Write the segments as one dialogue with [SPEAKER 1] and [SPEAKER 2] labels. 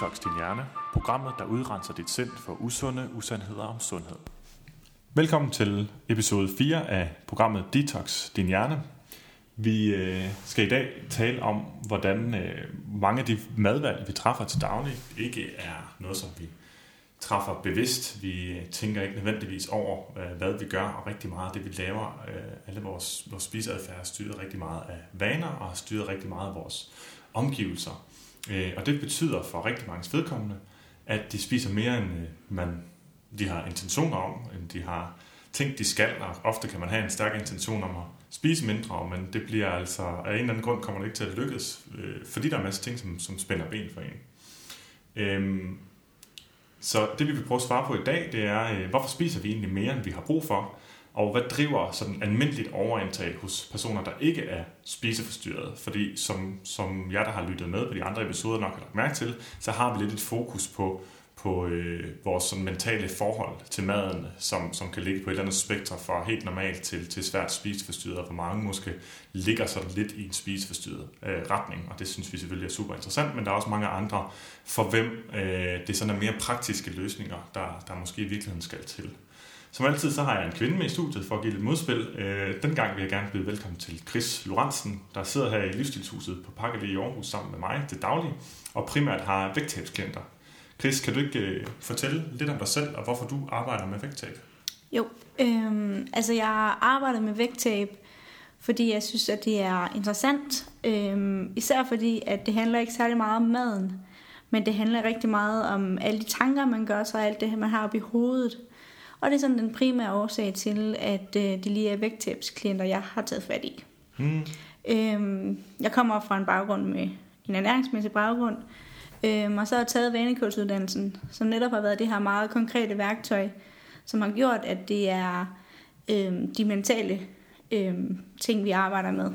[SPEAKER 1] Detox din hjerne, programmet der udrenser dit sind for usunde usandheder om sundhed. Velkommen til episode 4 af programmet Detox din hjerne. Vi skal i dag tale om, hvordan mange af de madvalg, vi træffer til daglig, ikke er noget, som vi træffer bevidst. Vi tænker ikke nødvendigvis over, hvad vi gør, og rigtig meget af det, vi laver. Alle vores spiseadfærd er styret rigtig meget af vaner, og har styret rigtig meget af vores omgivelser. Og det betyder for rigtig mange vedkommende, at de spiser mere, end de har intentioner om, end de har tænkt, de skal. Og ofte kan man have en stærk intention om at spise mindre, men det bliver altså, af en eller anden grund kommer det ikke til at lykkes, fordi der er en masse ting, som spænder ben for en. Så det vi vil prøve at svare på i dag, det er, hvorfor spiser vi egentlig mere, end vi har brug for? Og hvad driver sådan almindeligt overindtag hos personer, der ikke er spiseforstyrret? Fordi som jeg, der har lyttet med på de andre episoder, nok har lagt mærke til, så har vi lidt et fokus på vores sådan mentale forhold til maden, som kan ligge på et eller andet spektrum fra helt normalt til svært spiseforstyrret, og for mange måske ligger sådan lidt i en spiseforstyrret retning, og det synes vi selvfølgelig er super interessant, men der er også mange andre, for hvem det sådan er mere praktiske løsninger, der måske i virkeligheden skal til. Som altid, så har jeg en kvinde med i studiet for at give lidt modspil. Dengang vil jeg gerne byde velkommen til Chris Lorentzen, der sidder her i Livsstilshuset på Pakkelé i Aarhus sammen med mig til daglig, og primært har vægttabsklienter. Chris, kan du ikke fortælle lidt om dig selv, og hvorfor du arbejder med vægttab?
[SPEAKER 2] Jo, jeg arbejder med vægttab, fordi jeg synes, at det er interessant. Især fordi, at det handler ikke særlig meget om maden, men det handler rigtig meget om alle de tanker, man gør sig, og alt det, man har oppe i hovedet. Og det er sådan den primære årsag til, at det lige er vægttabsklienter, jeg har taget fat i. Jeg kommer fra en baggrund med en ernæringsmæssig baggrund, og så har jeg taget vanecoachuddannelsen, som netop har været det her meget konkrete værktøj, som har gjort, at det er de mentale ting, vi arbejder med.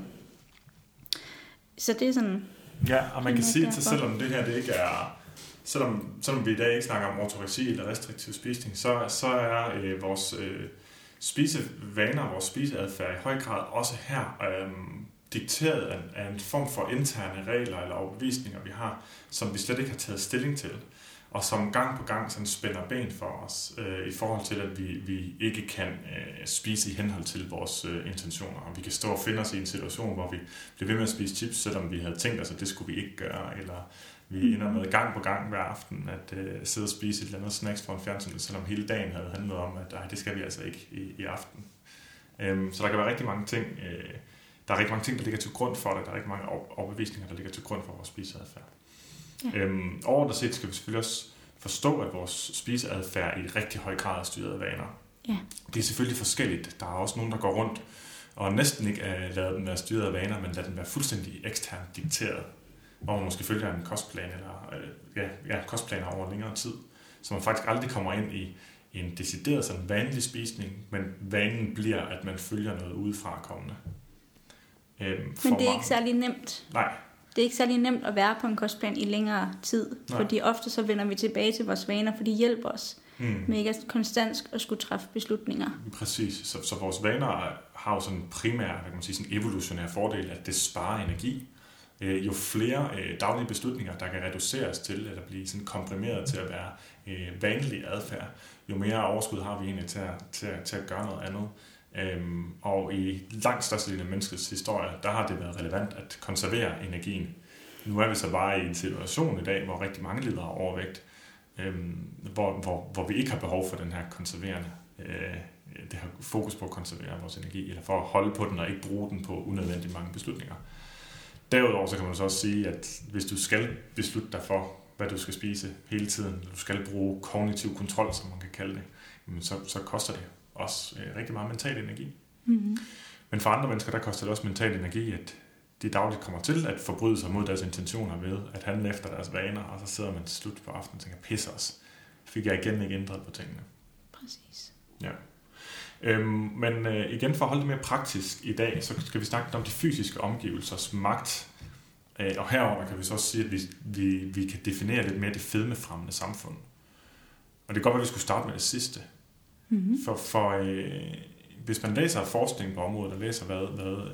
[SPEAKER 2] Så det er sådan... Ja,
[SPEAKER 1] og man kan sige, at selvom det her det ikke er... Selvom vi i dag ikke snakker om ortoreksi eller restriktiv spisning, så er vores spisevaner, vores spiseadfærd i høj grad også her dikteret af en form for interne regler eller overbevisninger, vi har, som vi slet ikke har taget stilling til, og som gang på gang sådan spænder ben for os i forhold til, at vi ikke kan spise i henhold til vores intentioner. Og vi kan stå og finde os i en situation, hvor vi bliver ved med at spise chips, selvom vi havde tænkt os, at det skulle vi ikke gøre, eller vi ender med gang på gang hver aften at sidde og spise et eller andet snacks for en fjernsyn, selvom hele dagen havde handlet om, at det skal vi altså ikke i aften. Så der kan være rigtig mange ting, der er rigtig mange ting, der ligger til grund for det. Der er rigtig mange overbevisninger, der ligger til grund for vores spiseadfærd. Ja. Overordnet set skal vi selvfølgelig også forstå, at vores spiseadfærd i rigtig høj grad er styret af vaner. Ja. Det er selvfølgelig forskelligt. Der er også nogen, der går rundt og næsten ikke lader den være styret af vaner, men lader den være fuldstændig eksternt dikteret, hvor man måske følger en kostplan eller kostplaner over længere tid, så man faktisk aldrig kommer ind i en decideret sådan vanlig spisning, men vanen bliver, at man følger noget udefra kommende.
[SPEAKER 2] Men det er ikke særlig nemt.
[SPEAKER 1] Nej.
[SPEAKER 2] Det er ikke særlig nemt at være på en kostplan i længere tid, fordi ofte så vender vi tilbage til vores vaner, for de hjælper os med ikke konstant at skulle træffe beslutninger.
[SPEAKER 1] Præcis. Så vores vaner har jo sådan en primær, sådan evolutionær fordel, at det sparer energi. Jo flere daglige beslutninger, der kan reduceres til, eller blive sådan komprimeret til at være vanlig adfærd, jo mere overskud har vi egentlig til at gøre noget andet. Og i langt størstedelen af menneskets historie, der har det været relevant at konservere energien. Nu er vi så bare i en situation i dag, hvor rigtig mange lider af overvægt, hvor vi ikke har behov for den her konserverende, det her fokus på at konservere vores energi, eller for at holde på den og ikke bruge den på unødvendigt mange beslutninger. Derudover så kan man så også sige, at hvis du skal beslutte dig for, hvad du skal spise hele tiden, du skal bruge kognitiv kontrol, som man kan kalde det, så koster det også rigtig meget mental energi. Mm-hmm. Men for andre mennesker, der koster det også mental energi, at de dagligt kommer til at forbryde sig mod deres intentioner ved at handle efter deres vaner, og så sidder man til slut på aftenen og tænker, pisse os, fik jeg igen ikke ændret på tingene.
[SPEAKER 2] Præcis.
[SPEAKER 1] Ja. Men igen, for at holde det mere praktisk i dag, så skal vi snakke om de fysiske omgivelsers magt. Og herover kan vi så også sige, at vi kan definere lidt mere det fedmefremmende samfund. Og det kan godt være, at vi skulle starte med det sidste. Mm-hmm. For hvis man læser forskning på området, og læser, hvad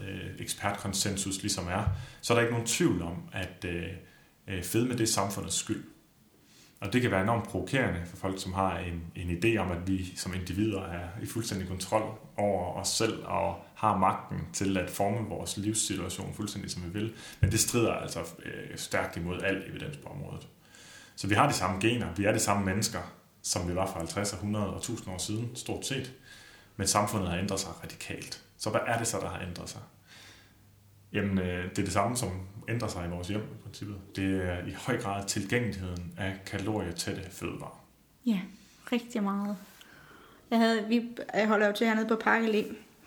[SPEAKER 1] ekspertkonsensus ligesom er, så er der ikke nogen tvivl om, at fedme det er samfundets skyld. Og det kan være enormt provokerende for folk, som har en idé om, at vi som individer er i fuldstændig kontrol over os selv og har magten til at forme vores livssituation fuldstændig som vi vil. Men det strider altså stærkt imod al evidens på området. Så vi har de samme gener, vi er de samme mennesker, som vi var for 50, 100 og 1000 år siden, stort set. Men samfundet har ændret sig radikalt. Så hvad er det så, der har ændret sig? Jamen, det er det samme, som ændrer sig i vores hjem i princippet. Det er i høj grad tilgængeligheden af kalorietætte fødevarer.
[SPEAKER 2] Ja, rigtig meget. Jeg holder jo til hernede på Park Allé.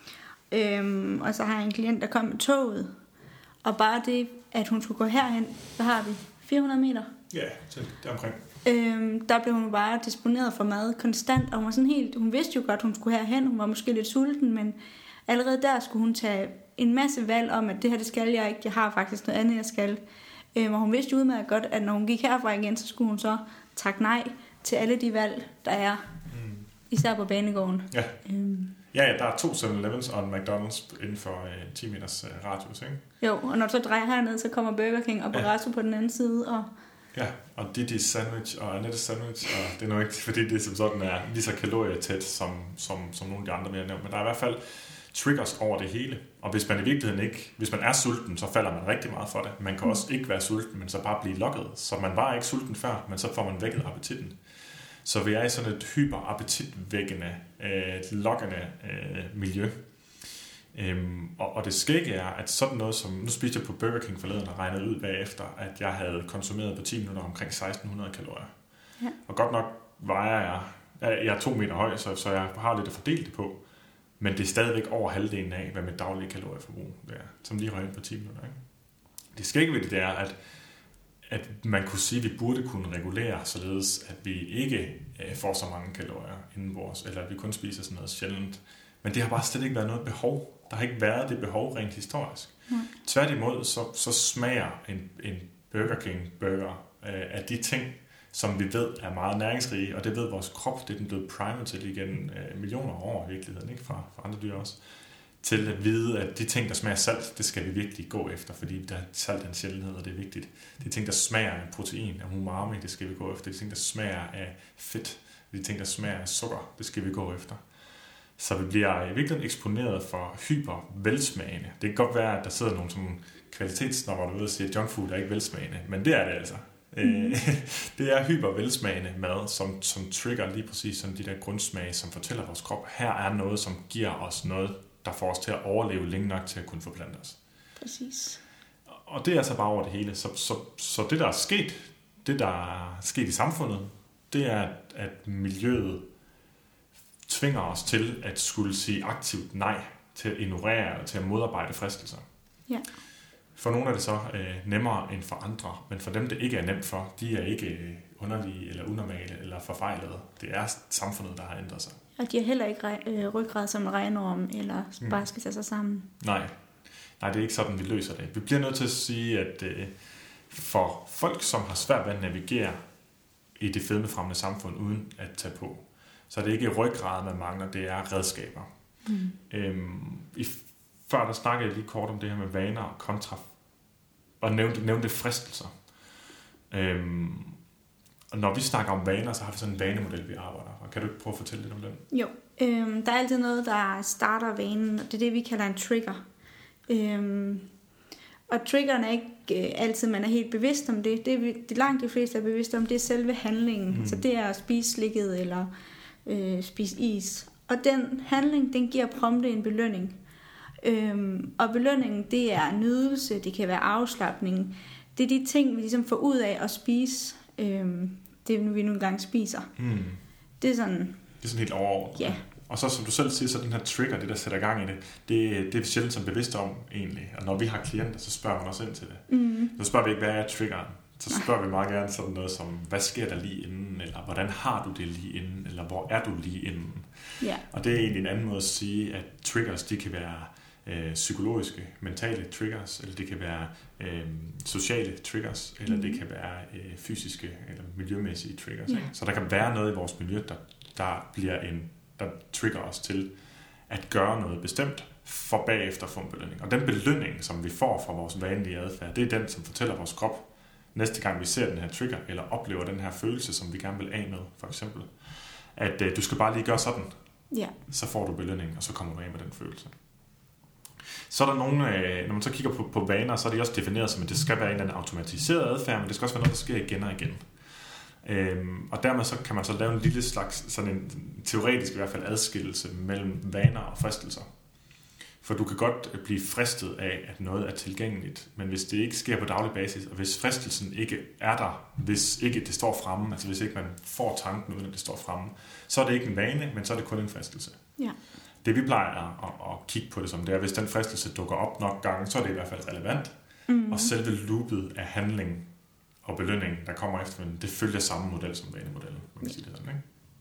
[SPEAKER 2] Og så har jeg en klient, der kom med toget. Og bare det, at hun skulle gå herhen, hvad har vi? 400 meter?
[SPEAKER 1] Ja, det er omkring.
[SPEAKER 2] Der blev hun bare disponeret for mad konstant. Og hun vidste jo godt, hun skulle herhen. Hun var måske lidt sulten, men allerede der skulle hun tage en masse valg om, at det her, det skal jeg ikke. Jeg har faktisk noget andet, jeg skal. Og hun vidste jo udmærket godt, at når hun gik herfra igen, så skulle hun så takke nej til alle de valg, der er. Især på banegården.
[SPEAKER 1] Ja. Ja, der er 2 7-Elevens og en McDonald's inden for 10 meters radius, ikke?
[SPEAKER 2] Jo, og når du så drejer herned, så kommer Burger King og Barrasso på den anden side. Og
[SPEAKER 1] ja, og Didi's Sandwich og Annettes Sandwich, og det er nu ikke, fordi det som sådan er lige så kalorietæt som nogle af de andre, vi har nævnt. Men der er i hvert fald triggers over det hele. Og hvis man i virkeligheden ikke, hvis man er sulten, så falder man rigtig meget for det. Man kan også ikke være sulten, men så bare blive lokket. Så man var ikke sulten før, men så får man vækket appetitten. Så vi er i sådan et hyperappetitvækkende, lokkende miljø. Og det skægge er, at sådan noget som, nu spiste jeg på Burger King forleden og regnede ud bagefter, at jeg havde konsumeret på 10 minutter omkring 1600 kalorier. Ja. Og godt nok vejer jeg er 2 meter høj, så jeg har lidt at fordele det på. Men det er stadigvæk over halvdelen af, hvad mit daglige kalorieforbrug er, som lige røg ind på 10 minutter. Ikke? Det skægge ved det er, at man kunne sige, at vi burde kunne regulere, således at vi ikke får så mange kalorier indenbords, eller at vi kun spiser sådan noget sjældent. Men det har bare slet ikke været noget behov. Der har ikke været det behov rent historisk. Tværtimod, så smager en Burger King burger af de ting, som vi ved er meget næringsrige, og det ved vores krop, det er den blevet primet til igen millioner af år i virkeligheden, ikke fra andre dyr også, til at vide, at de ting, der smager salt, det skal vi virkelig gå efter, fordi der salt er en sjældenhed, og det er vigtigt. De ting, der smager af protein, af umami, det skal vi gå efter. De ting, der smager af fedt, de ting, der smager af sukker, det skal vi gå efter. Så vi bliver i virkeligheden eksponeret for hyper-velsmagende. Det kan godt være, at der sidder nogle som kvalitetssnopper derude og siger, at junkfood er ikke velsmagende, men det er det altså. Det er hypervelsmagende mad, som trigger lige præcis sådan de der grundsmage, som fortæller vores krop, her er noget, som giver os noget, der får os til at overleve længe nok til at kunne forplante os.
[SPEAKER 2] Præcis.
[SPEAKER 1] Og det er altså bare over det hele. Så det, der er sket, det, der er sket i samfundet, det er, at miljøet tvinger os til at skulle sige aktivt nej, til at ignorere og til at modarbejde fristelser.
[SPEAKER 2] Ja.
[SPEAKER 1] For nogle er det så nemmere end for andre, men for dem, det ikke er nemt for, de er ikke underlige eller unormale eller forfejlede. Det er samfundet, der har ændret sig.
[SPEAKER 2] Og de har heller ikke ryggrad som en regnorm, eller bare skal tage sig sammen.
[SPEAKER 1] Nej, det er ikke sådan, vi løser det. Vi bliver nødt til at sige, at for folk, som har svært ved at navigere i det fedmefremmende samfund uden at tage på, så er det ikke ryggrad, man mangler, det er redskaber. Før der snakkede jeg lige kort om det her med vaner og kontra, og nævnte fristelser. Og når vi snakker om vaner, så har vi sådan en vanemodel, vi arbejder. Og kan du ikke prøve at fortælle lidt om den?
[SPEAKER 2] Jo, der er altid noget, der starter vanen, og det er det, vi kalder en trigger. Og triggeren er ikke altid, man er helt bevidst om det. Det langt de fleste er bevidst om, det er selve handlingen. Så det er at spise slikket eller spise is. Og den handling, den giver prompte en belønning. Og belønningen, det er nydelse, det kan være afslapning. Det er de ting, vi ligesom får ud af at spise, det vi nu engang spiser. Det er sådan...
[SPEAKER 1] Det er sådan helt overordnet.
[SPEAKER 2] Ja.
[SPEAKER 1] Og så, som du selv siger, så den her trigger, det der sætter gang i det er vi sjældent så bevidste om egentlig. Og når vi har klienter, så spørger man også ind til det. Så spørger vi ikke, hvad er triggeren? Så spørger vi meget gerne sådan noget som, hvad sker der lige inden? Eller hvordan har du det lige inden? Eller hvor er du lige inden?
[SPEAKER 2] Ja.
[SPEAKER 1] Og det er egentlig en anden måde at sige, at triggers, de kan være psykologiske, mentale triggers, eller det kan være sociale triggers, eller det kan være fysiske eller miljømæssige triggers. Ikke? Så der kan være noget i vores miljø, der trigger os til at gøre noget bestemt, for bagefter at få en belønning. Og den belønning, som vi får fra vores vanlige adfærd, det er den, som fortæller vores krop, næste gang vi ser den her trigger, eller oplever den her følelse, som vi gerne vil af med, for eksempel, at du skal bare lige gøre sådan, så får du belønning, og så kommer du af med den følelse. Så er der nogle, når man så kigger på vaner, så er det også defineret som, at det skal være en eller anden automatiseret adfærd, men det skal også være noget, der sker igen og igen. Og dermed så kan man så lave en lille slags, sådan en teoretisk i hvert fald, adskillelse mellem vaner og fristelser. For du kan godt blive fristet af, at noget er tilgængeligt, men hvis det ikke sker på daglig basis, og hvis fristelsen ikke er der, hvis ikke det står fremme, altså hvis ikke man får tanken, uden at det står fremme, så er det ikke en vane, men så er det kun en fristelse.
[SPEAKER 2] Ja.
[SPEAKER 1] Det vi plejer at kigge på det som, det er, hvis den fristelse dukker op nok gange, så er det i hvert fald relevant. Og selve loopet af handling og belønning, der kommer efter, det følger samme model som vanemodellen, man kan sige det sådan, ikke?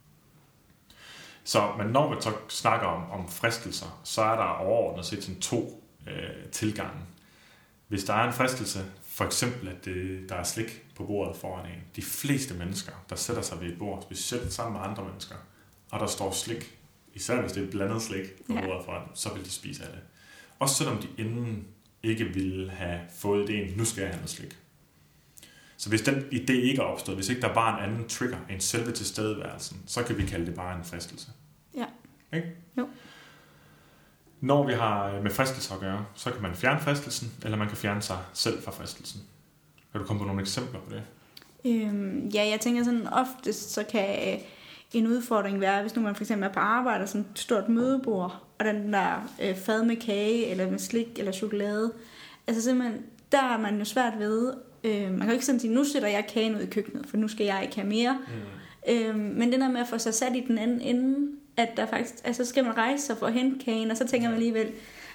[SPEAKER 1] Så, men når vi så snakker om fristelser, så er der overordnet set sådan 2 tilgange. Hvis der er en fristelse, for eksempel at der er slik på bordet foran en, de fleste mennesker, der sætter sig ved et bord, specielt sammen med andre mennesker, og der står slik, især hvis det er blandet slik på bordet foran, så vil de spise af det. Også selvom de inden ikke ville have fået ideen, nu skal jeg have noget slik. Så hvis den idé ikke er opstået, hvis ikke der bare er en anden trigger end selve tilstedeværelsen, så kan vi kalde det bare en fristelse.
[SPEAKER 2] Ja.
[SPEAKER 1] Ikke?
[SPEAKER 2] Jo.
[SPEAKER 1] Når vi har med fristelser at gøre, så kan man fjerne fristelsen, eller man kan fjerne sig selv fra fristelsen. Kan du komme på nogle eksempler på det?
[SPEAKER 2] Ja, jeg tænker sådan, oftest så kan en udfordring være, hvis nu man for eksempel er på arbejde og sådan et stort mødebord, og den der fad med kage, eller med slik, eller chokolade. Altså simpelthen, der er man jo svært ved. Man kan jo ikke sådan sige, nu sætter jeg kagen ud i køkkenet, for nu skal jeg ikke have mere. Men det der med at få sig sat i den anden ende, at der faktisk, altså skal man rejse sig for at hente kagen, og så tænker man alligevel,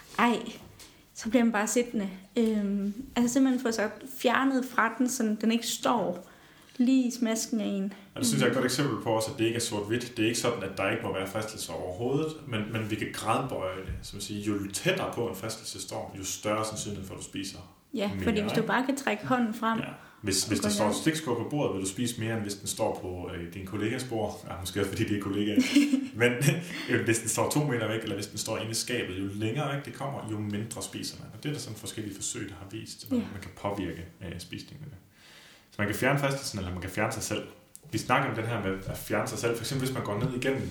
[SPEAKER 2] så bliver man bare siddende. Altså simpelthen få sig fjernet fra den, så den ikke står lige i smasken af en.
[SPEAKER 1] Og det synes jeg er et godt eksempel på også, at det ikke er sort-hvidt. Det er ikke sådan, at der ikke må være fristelser overhovedet, men vi kan gradbøje det. Som at sige, jo tættere på en fristelse står, jo større sandsynlighed for, at du spiser.
[SPEAKER 2] Ja, mere, fordi hvis du bare kan trække hånden frem. Ja.
[SPEAKER 1] Hvis der står et stikskål på bordet, vil du spise mere, end hvis den står på din kollegas bord. Ja, måske også fordi det er kollegaer. Men hvis den står 2 meter væk, eller hvis den står inde i skabet, jo længere væk det kommer, jo mindre spiser man. Og det er der sådan forskellige forsøg, der har vist, at man kan påvirke spisningen med det. Så man kan fjerne fristelsen, eller man kan fjerne sig selv. Vi snakker om den her med at fjerne sig selv. For eksempel hvis man går ned igennem,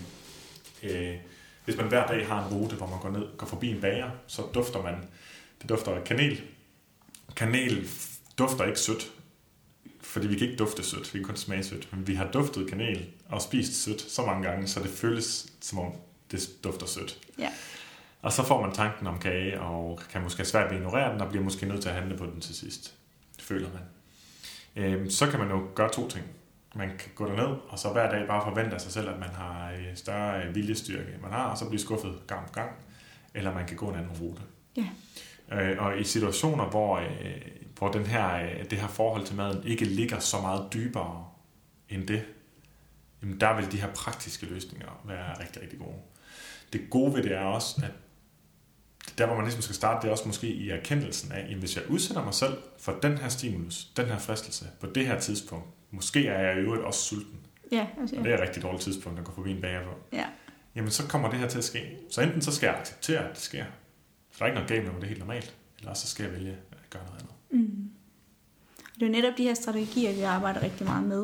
[SPEAKER 1] hvis man hver dag har en rute, hvor man går forbi en bager, så dufter man, det dufter af kanel. Kanel dufter ikke sødt, fordi vi kan ikke dufte sødt, vi kan kun smage sødt. Men vi har duftet kanel og spist sødt så mange gange, så det føles som om det dufter sødt.
[SPEAKER 2] Ja.
[SPEAKER 1] Og så får man tanken om kage, og kan måske svært ved at ignorere den, og bliver måske nødt til at handle på den til sidst. Det føler man. Så kan man jo gøre 2 ting. Man kan gå derned, og så hver dag bare forvente af sig selv, at man har større viljestyrke, end man har, og så blive skuffet gang på gang. Eller man kan gå en anden rute.
[SPEAKER 2] Ja.
[SPEAKER 1] Og i situationer, hvor det her forhold til maden ikke ligger så meget dybere end det, jamen der vil de her praktiske løsninger være rigtig, rigtig gode. Det gode ved det er også, at der hvor man ligesom skal starte, det er også måske i erkendelsen af, at hvis jeg udsætter mig selv for den her stimulus, den her fristelse på det her tidspunkt, måske er jeg i øvrigt også sulten.
[SPEAKER 2] Ja, altså,
[SPEAKER 1] og det er et rigtig dårligt tidspunkt at gå forbi en bager på.
[SPEAKER 2] Ja.
[SPEAKER 1] Jamen så kommer det her til at ske. Så enten så skal jeg acceptere, at det sker. Så der er ikke noget galt med, det er helt normalt. Eller så skal jeg vælge at gøre noget andet.
[SPEAKER 2] Det er netop de her strategier, vi arbejder rigtig meget med.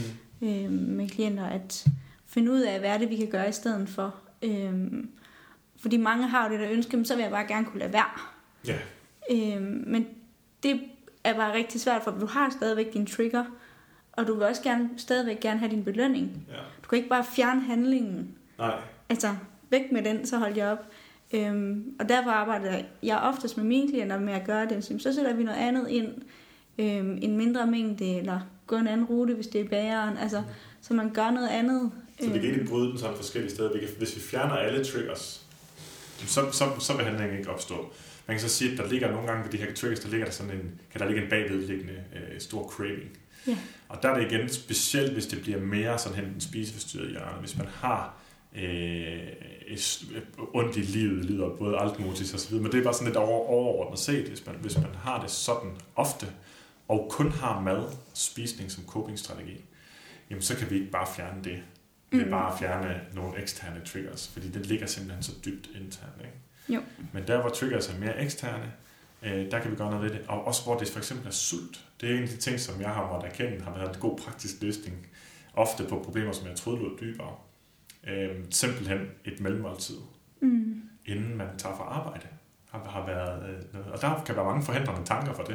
[SPEAKER 2] Med klienter, at finde ud af, hvad er det, vi kan gøre i stedet for. Fordi mange har jo det der ønske, men så vil jeg bare gerne kunne lade være.
[SPEAKER 1] Ja.
[SPEAKER 2] Men det er bare rigtig svært, for du har stadigvæk din trigger, og du vil også stadigvæk gerne have din belønning.
[SPEAKER 1] Ja.
[SPEAKER 2] Du kan ikke bare fjerne handlingen.
[SPEAKER 1] Nej.
[SPEAKER 2] Altså, væk med den, så hold jeg op. Og derfor arbejder jeg oftest med mine klienter med at gøre det. Så sætter vi noget andet ind, en mindre mængde, eller gå en anden rute, hvis det er bageren. Altså, så man gør noget andet.
[SPEAKER 1] Så vi kan ikke bryde den sådan forskellige steder. Hvis vi fjerner alle triggers, så vil handlingen ikke opstå. Man kan så sige, at der ligger nogle gange ved de her triggers, kan der ligge en bagvedliggende stor craving.
[SPEAKER 2] Ja.
[SPEAKER 1] Og der er det igen specielt, hvis det bliver mere sådan hen en spiseforstyrret hjørne. Hvis man har ondt i livet, lider både altmotis og så videre, men det er bare sådan lidt overordnet set, hvis man har det sådan ofte, og kun har mad og spisning som copingstrategi, jamen så kan vi ikke bare fjerne det. Vi vil bare fjerne nogle eksterne triggers, fordi det ligger simpelthen så dybt internt, ikke?
[SPEAKER 2] Jo.
[SPEAKER 1] Men der, hvor triggers er mere eksterne, Der kan vi gøre noget ved det. Og også hvor det for eksempel er sult. Det er en af de ting, som jeg har måttet erkende, har været en god praktisk løsning. Ofte på problemer, som jeg troede lå dybere. Simpelthen et mellemmåltid. Inden man tager for arbejde. Har været noget. Og der kan være mange forhindrende tanker for det.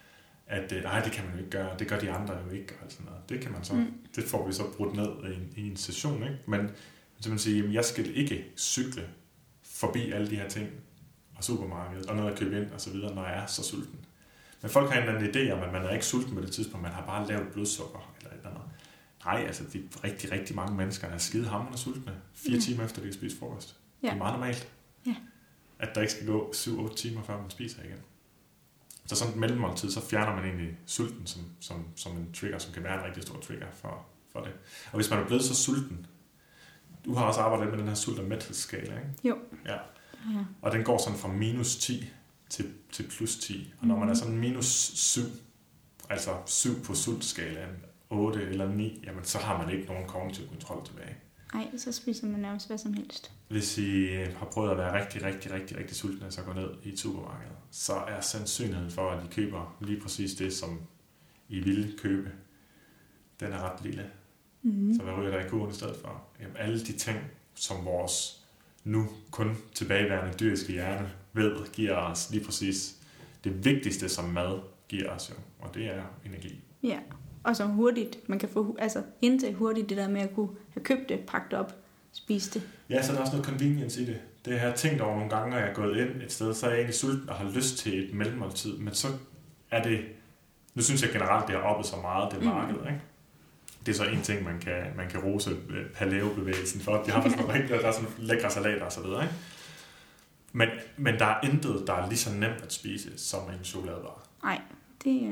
[SPEAKER 1] At nej, det kan man jo ikke gøre, det gør de andre jo ikke. Og sådan noget. Det kan man så, det får vi så brudt ned i en session. Ikke? Men så man siger, jeg skal ikke cykle forbi alle de her ting og supermarkedet, og noget at købe ind og så videre, når jeg er så sulten. Men folk har en eller anden idé om, at man er ikke sulten på det tidspunkt, man har bare lavt blodsukker eller et eller andet. Nej, altså de rigtig, rigtig mange mennesker er skide hamrende sultne 4 timer efter de har spist frokost. Ja. Det er meget normalt, at der ikke skal gå 7-8 timer, før man spiser igen. Så sådan et mellemmåltid, så fjerner man egentlig sulten som en trigger, som kan være en rigtig stor trigger for det. Og hvis man er blevet så sulten, du har også arbejdet med den her sult- og mæthedsskala, ikke?
[SPEAKER 2] Jo.
[SPEAKER 1] Ja. Og den går sådan fra minus 10 til plus 10. Og når man er sådan minus 7, altså 7 på sultskalaen, 8 eller 9, jamen så har man ikke nogen kognitiv kontrol tilbage.
[SPEAKER 2] Nej, så spiser man nærmest hvad som helst.
[SPEAKER 1] Hvis I har prøvet at være rigtig sultne, så gå ned i et supermarked, så er sandsynligheden for, at I køber lige præcis det, som I ville købe, den er ret lille. Så hvad ryger der i kurven i stedet for? Jamen, alle de ting, som vores nu kun tilbageværende dyriske hjerne ved, giver os lige præcis det vigtigste, som mad giver os jo, og det er energi.
[SPEAKER 2] Ja, og så hurtigt, man kan få, altså indtil hurtigt det der med at kunne have købt det, pakket op, spise det.
[SPEAKER 1] Ja, så er der også noget convenience i det. Det har jeg tænkt over nogle gange, når jeg er gået ind et sted, så er jeg egentlig sulten og har lyst til et mellemmåltid, men så er det, nu synes jeg generelt, det har oppet så meget, det marked, ikke? Det er så en ting, man kan rose paleo-bevægelsen for. De har faktisk nogle rigtig, der er sådan lækre salater og så videre, ikke? Men der er intet, der er lige så nemt at spise, som en chokoladebar.
[SPEAKER 2] Nej, det er...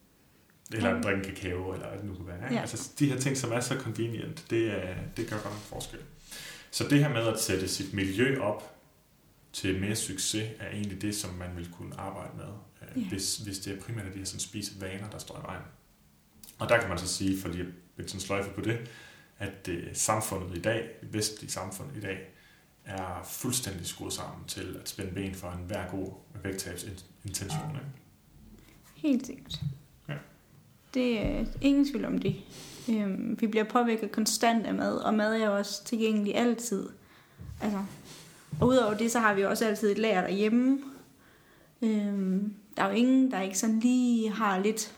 [SPEAKER 1] Eller at drikke kakao, eller hvad det nu kan være. Ikke? Ja. Altså de her ting, som er så convenient, det gør godt en forskel. Så det her med at sætte sit miljø op til mere succes, er egentlig det, som man vil kunne arbejde med, hvis det er primært de her sådan spisevaner, der står i vejen. Og der kan man så sige, fordi jeg vil sådan sløjfe på det, at samfundet i dag, det vestlige samfund i dag, er fuldstændig skruet sammen til at spænde ben for en hver god vægttabsintention. Ikke?
[SPEAKER 2] Helt sikkert.
[SPEAKER 1] Ja.
[SPEAKER 2] Det er ingen tvivl om det. Vi bliver påvirket konstant af mad, og mad er jo også tilgængelig altid. Altså, og udover det, så har vi jo også altid et lager derhjemme. Der er jo ingen, der ikke sådan lige har lidt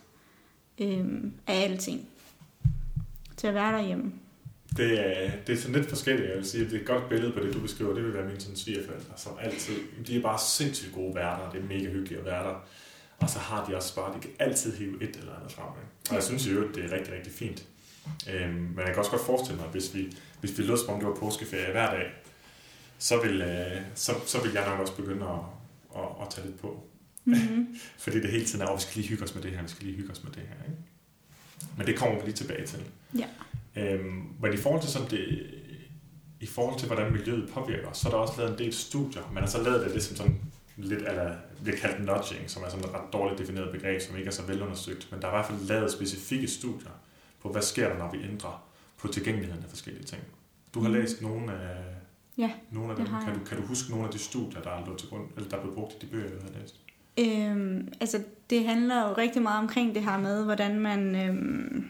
[SPEAKER 2] af alting til at være derhjemme.
[SPEAKER 1] Det er sådan lidt forskelligt, jeg vil sige. Det er et godt billede på det, du beskriver. Det vil være mine sådan svigerforældre, som altid, de er bare sindssygt gode værter. Det er mega hyggeligt at være der. Og så har de også bare, de kan altid hive et eller andet frem. Ikke? Og jeg synes jo, at det er rigtig, rigtig fint. Men jeg kan også godt forestille mig, at hvis vi lød som om det var påskeferie hver dag, så vil jeg nok også begynde at tage lidt på. Mm-hmm. Fordi det hele tiden er, at vi skal lige hygge os med det her, vi skal lige hygge os med det her. Ikke? Men det kommer vi lige tilbage til.
[SPEAKER 2] Ja.
[SPEAKER 1] Men i forhold til sådan det, i forhold til hvordan miljøet påvirker, så er der også lavet en del studier. Man har så lavet det som sådan lidt eller bliver kaldt nudging, som er sådan et ret dårligt defineret begreb, som ikke er så velundersøgt, men der er i hvert fald lavet specifikke studier på, hvad sker der, når vi ændrer på tilgængeligheden af forskellige ting. Du har læst nogle af dem. Kan du huske nogle af de studier, der er lå til grund, eller der blev brugt i de bøger, du har læst?
[SPEAKER 2] Altså, det handler jo rigtig meget omkring det her med, hvordan man...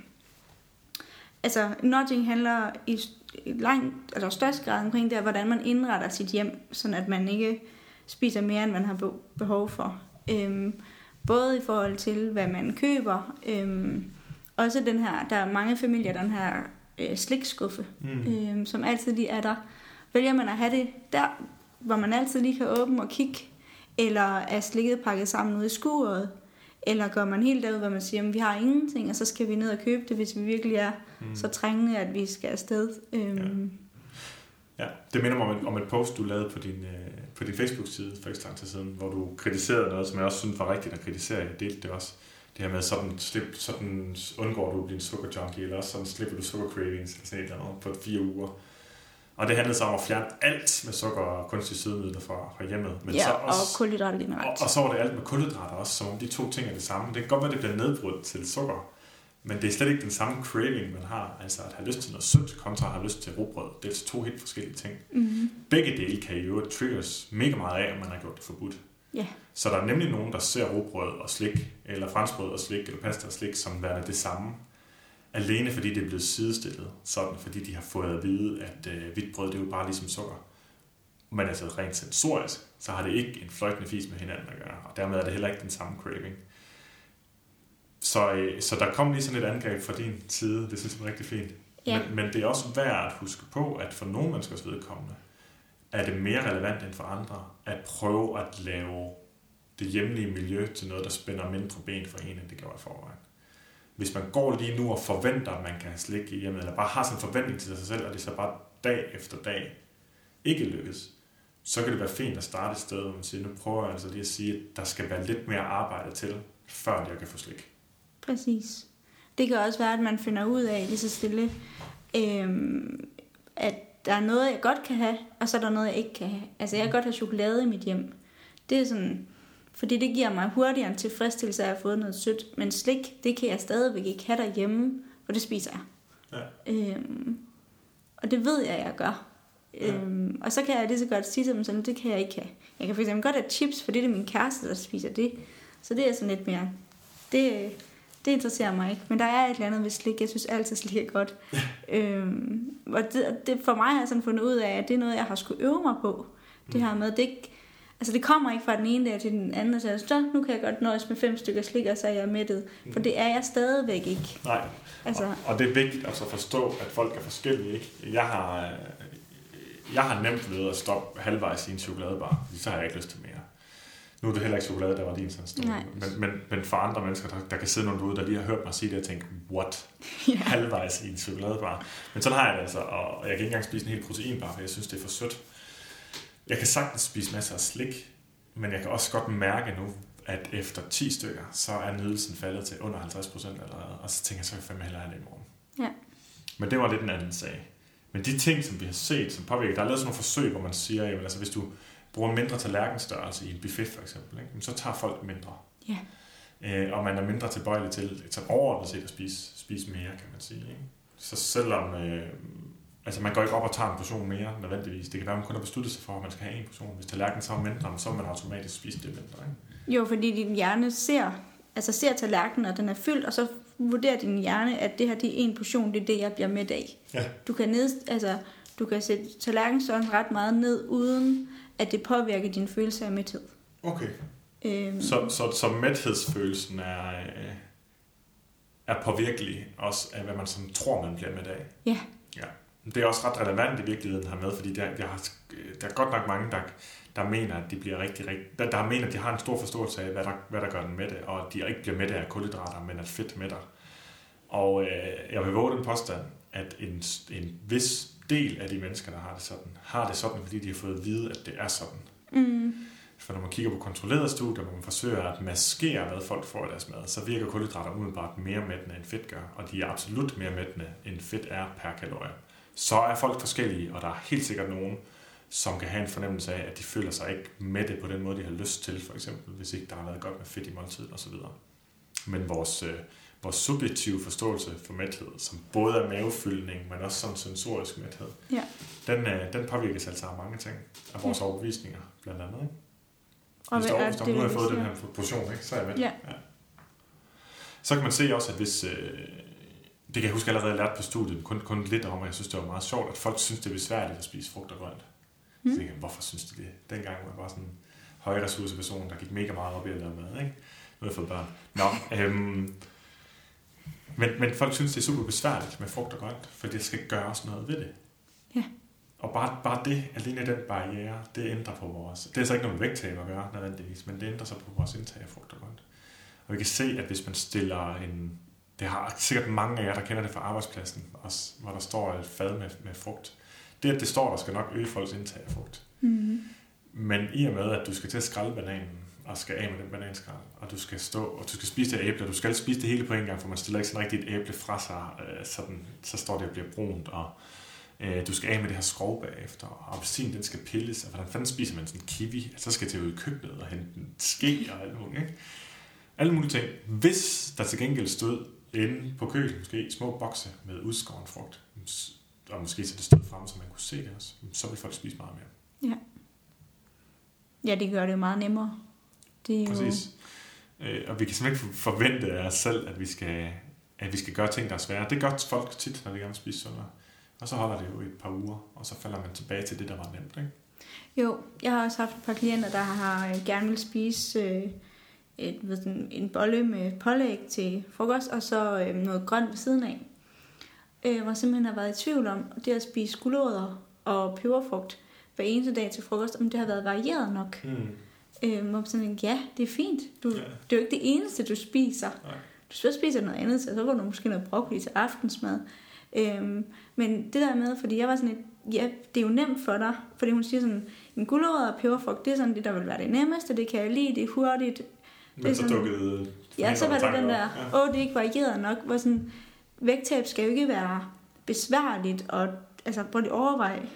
[SPEAKER 2] nudging handler i størst grad omkring det, hvordan man indretter sit hjem, sådan at man ikke spiser mere, end man har behov for. Både i forhold til, hvad man køber. Også den her, der er mange familier, den her slikskuffe, som altid lige er der. Vælger man at have det der, hvor man altid lige kan åbne og kigge, eller er slikket pakket sammen ude i skuret, eller går man helt derud, hvor man siger, at vi har ingenting, og så skal vi ned og købe det, hvis vi virkelig er så trængende, at vi skal afsted.
[SPEAKER 1] Ja, det minder mig om et post, du lavede på din Facebook-side for ikke lang tid siden, hvor du kritiserede noget, som jeg også synes var rigtigt at kritisere. Jeg delte det også. Det her med, sådan undgår du at blive en sukkerjunkie, eller også sådan slipper du sukkercravings, eller sådan et eller andet, på 4 uger. Og det handlede så om at fjerne alt med sukker og kunstige sødemidler fra hjemmet. Men
[SPEAKER 2] ja,
[SPEAKER 1] så også,
[SPEAKER 2] og kulhydrater generelt.
[SPEAKER 1] Og så var det alt med kulhydrater også, som om de to ting er det samme. Det kan godt være, det bliver nedbrudt til sukker, men det er slet ikke den samme craving, man har. Altså at have lyst til noget sødt, kontra at have lyst til rugbrød. Det er to helt forskellige ting. Mm-hmm. Begge dele kan jo triggers mega meget af, om man har gjort det forbudt.
[SPEAKER 2] Ja.
[SPEAKER 1] Så der er nemlig nogen, der ser rugbrød og slik, eller franskbrød og slik, eller pasta og slik, som værende det samme. Alene fordi det er blevet sidestillet, sådan fordi de har fået at vide, at hvidt brød det er jo bare ligesom sukker. Men altså rent sensorisk, så har det ikke en fløjtende fis med hinanden at gøre, og dermed er det heller ikke den samme craving. Så der kom lige sådan et angreb fra din side, det synes jeg er rigtig fint.
[SPEAKER 2] Ja.
[SPEAKER 1] Men det er også værd at huske på, at for nogle menneskers vedkommende, er det mere relevant end for andre, at prøve at lave det hjemlige miljø til noget, der spænder mindre ben for en, end det gjorde i forvejen. Hvis man går lige nu og forventer, at man kan have slik i hjemmet, eller bare har sådan en forventning til sig selv, og det så bare dag efter dag ikke lykkes, så kan det være fint at starte et sted, hvor man siger, nu prøver jeg altså lige at sige, at der skal være lidt mere arbejde til, før jeg kan få slik.
[SPEAKER 2] Præcis. Det kan også være, at man finder ud af lige så stille, at der er noget, jeg godt kan have, og så er der noget, jeg ikke kan have. Altså, jeg kan godt have chokolade i mit hjem. Det er sådan, fordi det giver mig hurtigere en tilfredsstillelse af at have fået noget sødt. Men slik, det kan jeg stadigvæk ikke have derhjemme, og det spiser jeg. Ja. Og det ved jeg gør. Ja. Og så kan jeg lige så godt sige til dem sådan, det kan jeg ikke have. Jeg kan fx godt have chips, fordi det er min kæreste, der spiser det. Så det er sådan lidt mere... Det interesserer mig ikke. Men der er et eller andet ved slik. Jeg synes altid, slik er godt. Og det for mig har jeg sådan fundet ud af, at det er noget, jeg har skulle øve mig på. Det her med, det kommer ikke fra den ene dag til den anden. Så nu kan jeg godt nøjes med 5 stykker slik, og så er jeg mættet. For det er jeg stadigvæk ikke.
[SPEAKER 1] Nej, og det er vigtigt at forstå, at folk er forskellige. Ikke? Jeg har nemt ved at stoppe halvvejs i en chokoladebar, fordi så har jeg ikke lyst til mere. Nu er det heller ikke chokolade, der var din sådan stor. Men for andre mennesker, der kan sidde nogen derude, der lige har hørt mig sige det, og tænke, what? Yeah. Halvvejs i en chokoladebar. Men sådan har jeg det altså, og jeg kan ikke engang spise en hel proteinbar, for jeg synes, det er for sødt. Jeg kan sagtens spise masser af slik, men jeg kan også godt mærke nu, at efter 10 stykker, så er nydelsen faldet til under 50% allerede, og så tænker jeg, så kan jeg fandme hellere have det i morgen. Ja. Men det var lidt en anden sag. Men de ting, som vi har set, som påvirker, der er lavet sådan nogle forsøg, hvor man siger, jamen altså hvis du bruger en mindre tallerkenstørrelse i en buffet for eksempel, ikke? Så tager folk mindre. Ja. Og man er mindre tilbøjelig til overordnet set at spise mere, kan man sige. Ikke? Så selvom man går ikke op og tager en portion mere nødvendigvis. Det kan være, at man kun har besluttet sig for, at man skal have en portion. Hvis tallerkenen så er mindre, så vil man automatisk spise det mindre. Ikke?
[SPEAKER 2] Jo, fordi din hjerne ser tallerkenen, og den er fyldt, og så vurderer din hjerne, at det her det er en portion, det er det, jeg bliver mæt af. Ja. Du kan sætte tallerkenstørrelsen ret meget ned, uden at det påvirker din følelse af mæthed.
[SPEAKER 1] Okay. Så mæthedsfølelsen er påvirkelig også af, hvad man sådan tror, man bliver mæt af. Ja. Det er også ret relevant i virkeligheden her med, fordi der er godt nok mange, der mener, at de bliver der mener, at de har en stor forståelse af, hvad der gør den mætte, og at de ikke bliver mætte af kulhydrater, men at fedt mætter. Og jeg vil våge den påstand, at en vis del af de mennesker, der har det sådan, fordi de har fået at vide, at det er sådan. Mm. For når man kigger på kontrollerede studier, hvor man forsøger at maskere, hvad folk får i deres mad, så virker kulhydrater umiddelbart mere mættende, end fedt gør, og de er absolut mere mættende, end fedt er per kalorie. Så er folk forskellige, og der er helt sikkert nogen, som kan have en fornemmelse af, at de føler sig ikke mætte på den måde, de har lyst til, for eksempel, hvis ikke der har været godt med fedt i måltiden osv. Men vores subjektive forståelse for mæthed, som både er mavefyldning, men også som sensorisk mæthed, den påvirkes altså af mange ting, af vores overbevisninger, blandt andet. Ikke? Og hvis nu har jeg fået den her portion, ikke, så er jeg med. Ja. Så kan man se også, at hvis... det kan jeg huske allerede, jeg lærte på studiet, kun lidt om, og jeg synes, det var meget sjovt, at folk synes, det er besværligt at spise frugt og grønt. Så tænkte jeg, hvorfor synes de det? Dengang var jeg bare sådan en højressourceperson, der gik mega meget op i at lave mad, ikke? Nu har jeg fået børn. Men folk synes, det er super besværligt med frugt og grønt, for det skal gøres noget ved det. Ja. Og bare det, alene den barriere, det ændrer på vores... Det er så ikke noget vægttab at gøre, nødvendigvis, men det ændrer sig på vores indtag af frugt og grønt. Og vi kan se, at hvis man stiller en... Det har sikkert mange af jer, der kender det fra arbejdspladsen, også, hvor der står et fad med frugt. Det, at det står der, skal nok øge folks indtag af frugt. Mm-hmm. Men i og med, at du skal til at skrælle bananen, og skal af med den bananskrald, og du skal spise det æble, og du skal spise det hele på en gang, for man stiller ikke sådan rigtigt et æble fra sig, så står det og bliver brunt, og du skal af med det her skrov bagefter, og appelsin, den skal pilles, og hvordan fanden spiser man sådan en kiwi? Altså, så skal til ud i køkkenet og hente en ske og alt muligt, ikke? Alle mulige ting. Hvis der til gengæld stod inde på kølen, måske små bokse med udskåren frugt, og måske så det stod frem, så man kunne se det også, så vil folk spise meget mere.
[SPEAKER 2] Ja. Ja, det gør det jo meget nemmere. Det er
[SPEAKER 1] præcis. Og vi kan simpelthen ikke forvente af os selv, at vi skal gøre ting, der er svære. Det gør folk tit, når de gerne vil spise sundere. Og så holder det jo et par uger, og så falder man tilbage til det, der var nemt, ikke?
[SPEAKER 2] Jo, jeg har også haft et par klienter, der har gerne vil spise en bolle med pålæg til frokost, og så noget grønt ved siden af. Hvor simpelthen har været i tvivl om, det at spise gulerødder og peberfrugt hver eneste dag til frokost, om det har været varieret nok. Hvor sådan, ja, det er fint. Det er jo ikke det eneste, du spiser.
[SPEAKER 1] Nej.
[SPEAKER 2] Du spiser noget andet, så får du måske noget broccoli til aftensmad. Men det der med, fordi jeg var sådan ja, det er jo nemt for dig, fordi hun siger sådan, en gulerødder og peberfrugt, det er sådan det, der vil være det nemmeste, det kan jeg lide, det er hurtigt.
[SPEAKER 1] Men det så dukkede...
[SPEAKER 2] Ja, så var det den der, det er ikke varieret nok, hvor sådan, vægttab skal jo ikke være besværligt, og altså, prøv lige overveje,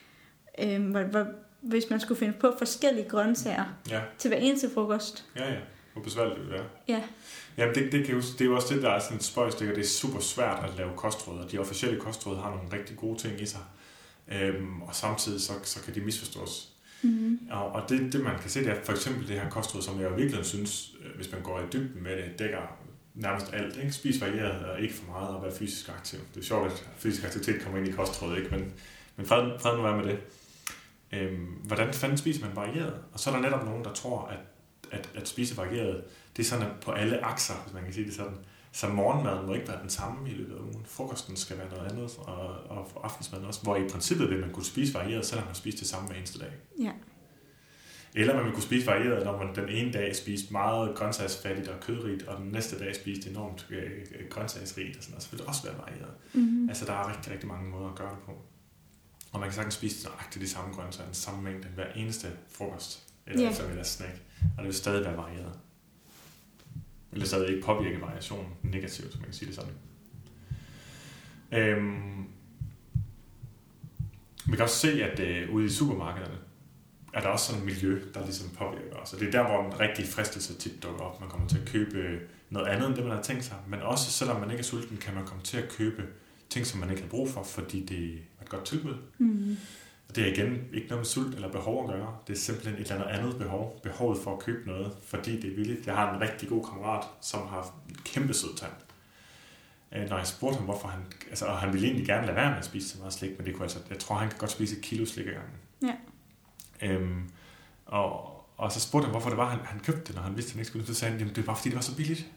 [SPEAKER 2] hvis man skulle finde på forskellige grøntsager til hver eneste frokost.
[SPEAKER 1] Ja, hvor besværligt det vil være.
[SPEAKER 2] Ja.
[SPEAKER 1] Jamen, det er jo også det, der er sådan et spøjstik, og det er super svært at lave kostråd, og de officielle kostråd har nogle rigtig gode ting i sig. Og samtidig så kan de misforstås. Mm-hmm. Og det man kan se, det er for eksempel det her kostråd, som jeg jo virkelig synes, hvis man går i dybden med det, dækker nærmest alt. Ikke? Spis varieret og ikke for meget og være fysisk aktiv. Det er sjovt, at fysisk aktivitet kommer ind i kostrådet, ikke? Men fred nu være med det. Hvordan fanden spiser man varieret? Og så er der netop nogen, der tror, at spise varieret, det er sådan på alle akser, hvis man kan sige det sådan. Så morgenmaden må ikke være den samme i løbet af ugen. Frokosten skal være noget andet, og aftensmaden også. Hvor i princippet vil man kunne spise varieret, selvom man spiser det samme hver eneste dag.
[SPEAKER 2] Ja.
[SPEAKER 1] Eller man vil kunne spise varieret, når man den ene dag spiste meget grøntsagsfattigt og kødrigt, og den næste dag spiste enormt grøntsagsrigt, og sådan noget. Så vil det også være varieret. Mm-hmm. Altså der er rigtig, rigtig mange måder at gøre det på. Og man kan sagtens spise nøjagtigt de samme grøntsager, den samme mængde hver eneste frokost, eller snack, og det vil stadig være varieret. Eller stadig ikke påvirke variationen negativt, så man kan sige det sådan. Man kan også se, at ude i supermarkederne er der også sådan et miljø, der ligesom påvirker os. Og det er der, hvor den rigtige fristelse tit dukker op. Man kommer til at købe noget andet, end det, man har tænkt sig. Men også, selvom man ikke er sulten, kan man komme til at købe ting, som man ikke har brug for, fordi det er et godt tilbud. Mm. Og det er igen ikke noget med sult eller behov at gøre. Det er simpelthen et eller andet behov. Behovet for at købe noget, fordi det er billigt. Jeg har en rigtig god kammerat, som har en kæmpe sød tand. Når jeg spurgte ham, hvorfor han ville egentlig gerne lade være med at spise så meget slik, men det kunne jeg tror, han kan godt spise 1 kilo slik ad gangen. Ja. Og så spurgte han, hvorfor det var, han købte det, når han vidste, at han ikke skulle. Så sagde han, jamen det var, fordi det var så billigt.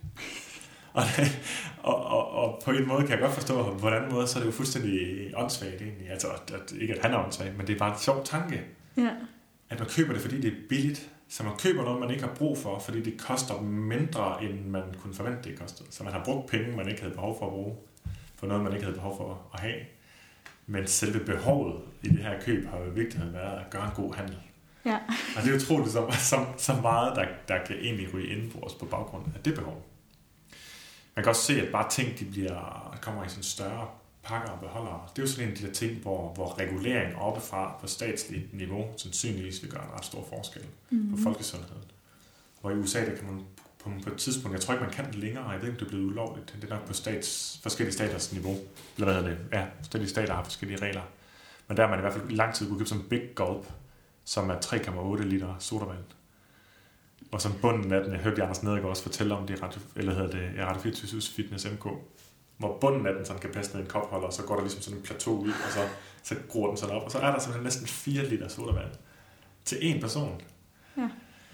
[SPEAKER 1] Og på en måde kan jeg godt forstå, på hvordan måde, så er det jo fuldstændig åndssvagt egentlig. Altså, ikke at han er åndssvagt, men det er bare en sjov tanke. Ja. At man køber det, fordi det er billigt. Så man køber noget, man ikke har brug for, fordi det koster mindre, end man kunne forvente, det kostede. Så man har brugt penge, man ikke havde behov for at bruge, for noget, man ikke havde behov for at have. Men selve behovet i det her køb har jo i virkeligheden været at gøre en god handel. Ja. Og det er utroligt så meget, der kan egentlig ryge indenbords på baggrund af det behov. Man kan også se, at bare ting, kommer i sådan større pakker og beholdere. Det er jo sådan en af de der ting, hvor regulering oppefra på statsligt niveau sandsynligvis vil gøre en ret stor forskel på folkesundheden. Hvor i USA, der kan man på et tidspunkt, jeg tror ikke, man kan det længere, og jeg ved ikke, det er blevet ulovligt. Det er nok på forskellige staters niveau. Eller hvad hedder det? Ja, forskellige stater har forskellige regler. Men der har man i hvert fald i lang tid kunne købe sådan en Big Gulp, som er 3,8 liter sodavand. Og som bunden af den, jeg hørte Anders Nedergaard også fortælle om det, Radio 24 Fitness MK, hvor bunden af den sådan kan passe ned i en kopholder, og så går der ligesom sådan en plateau ud, og så gror den sådan op, og så er der simpelthen næsten 4 liter sodavand til én person. Ja.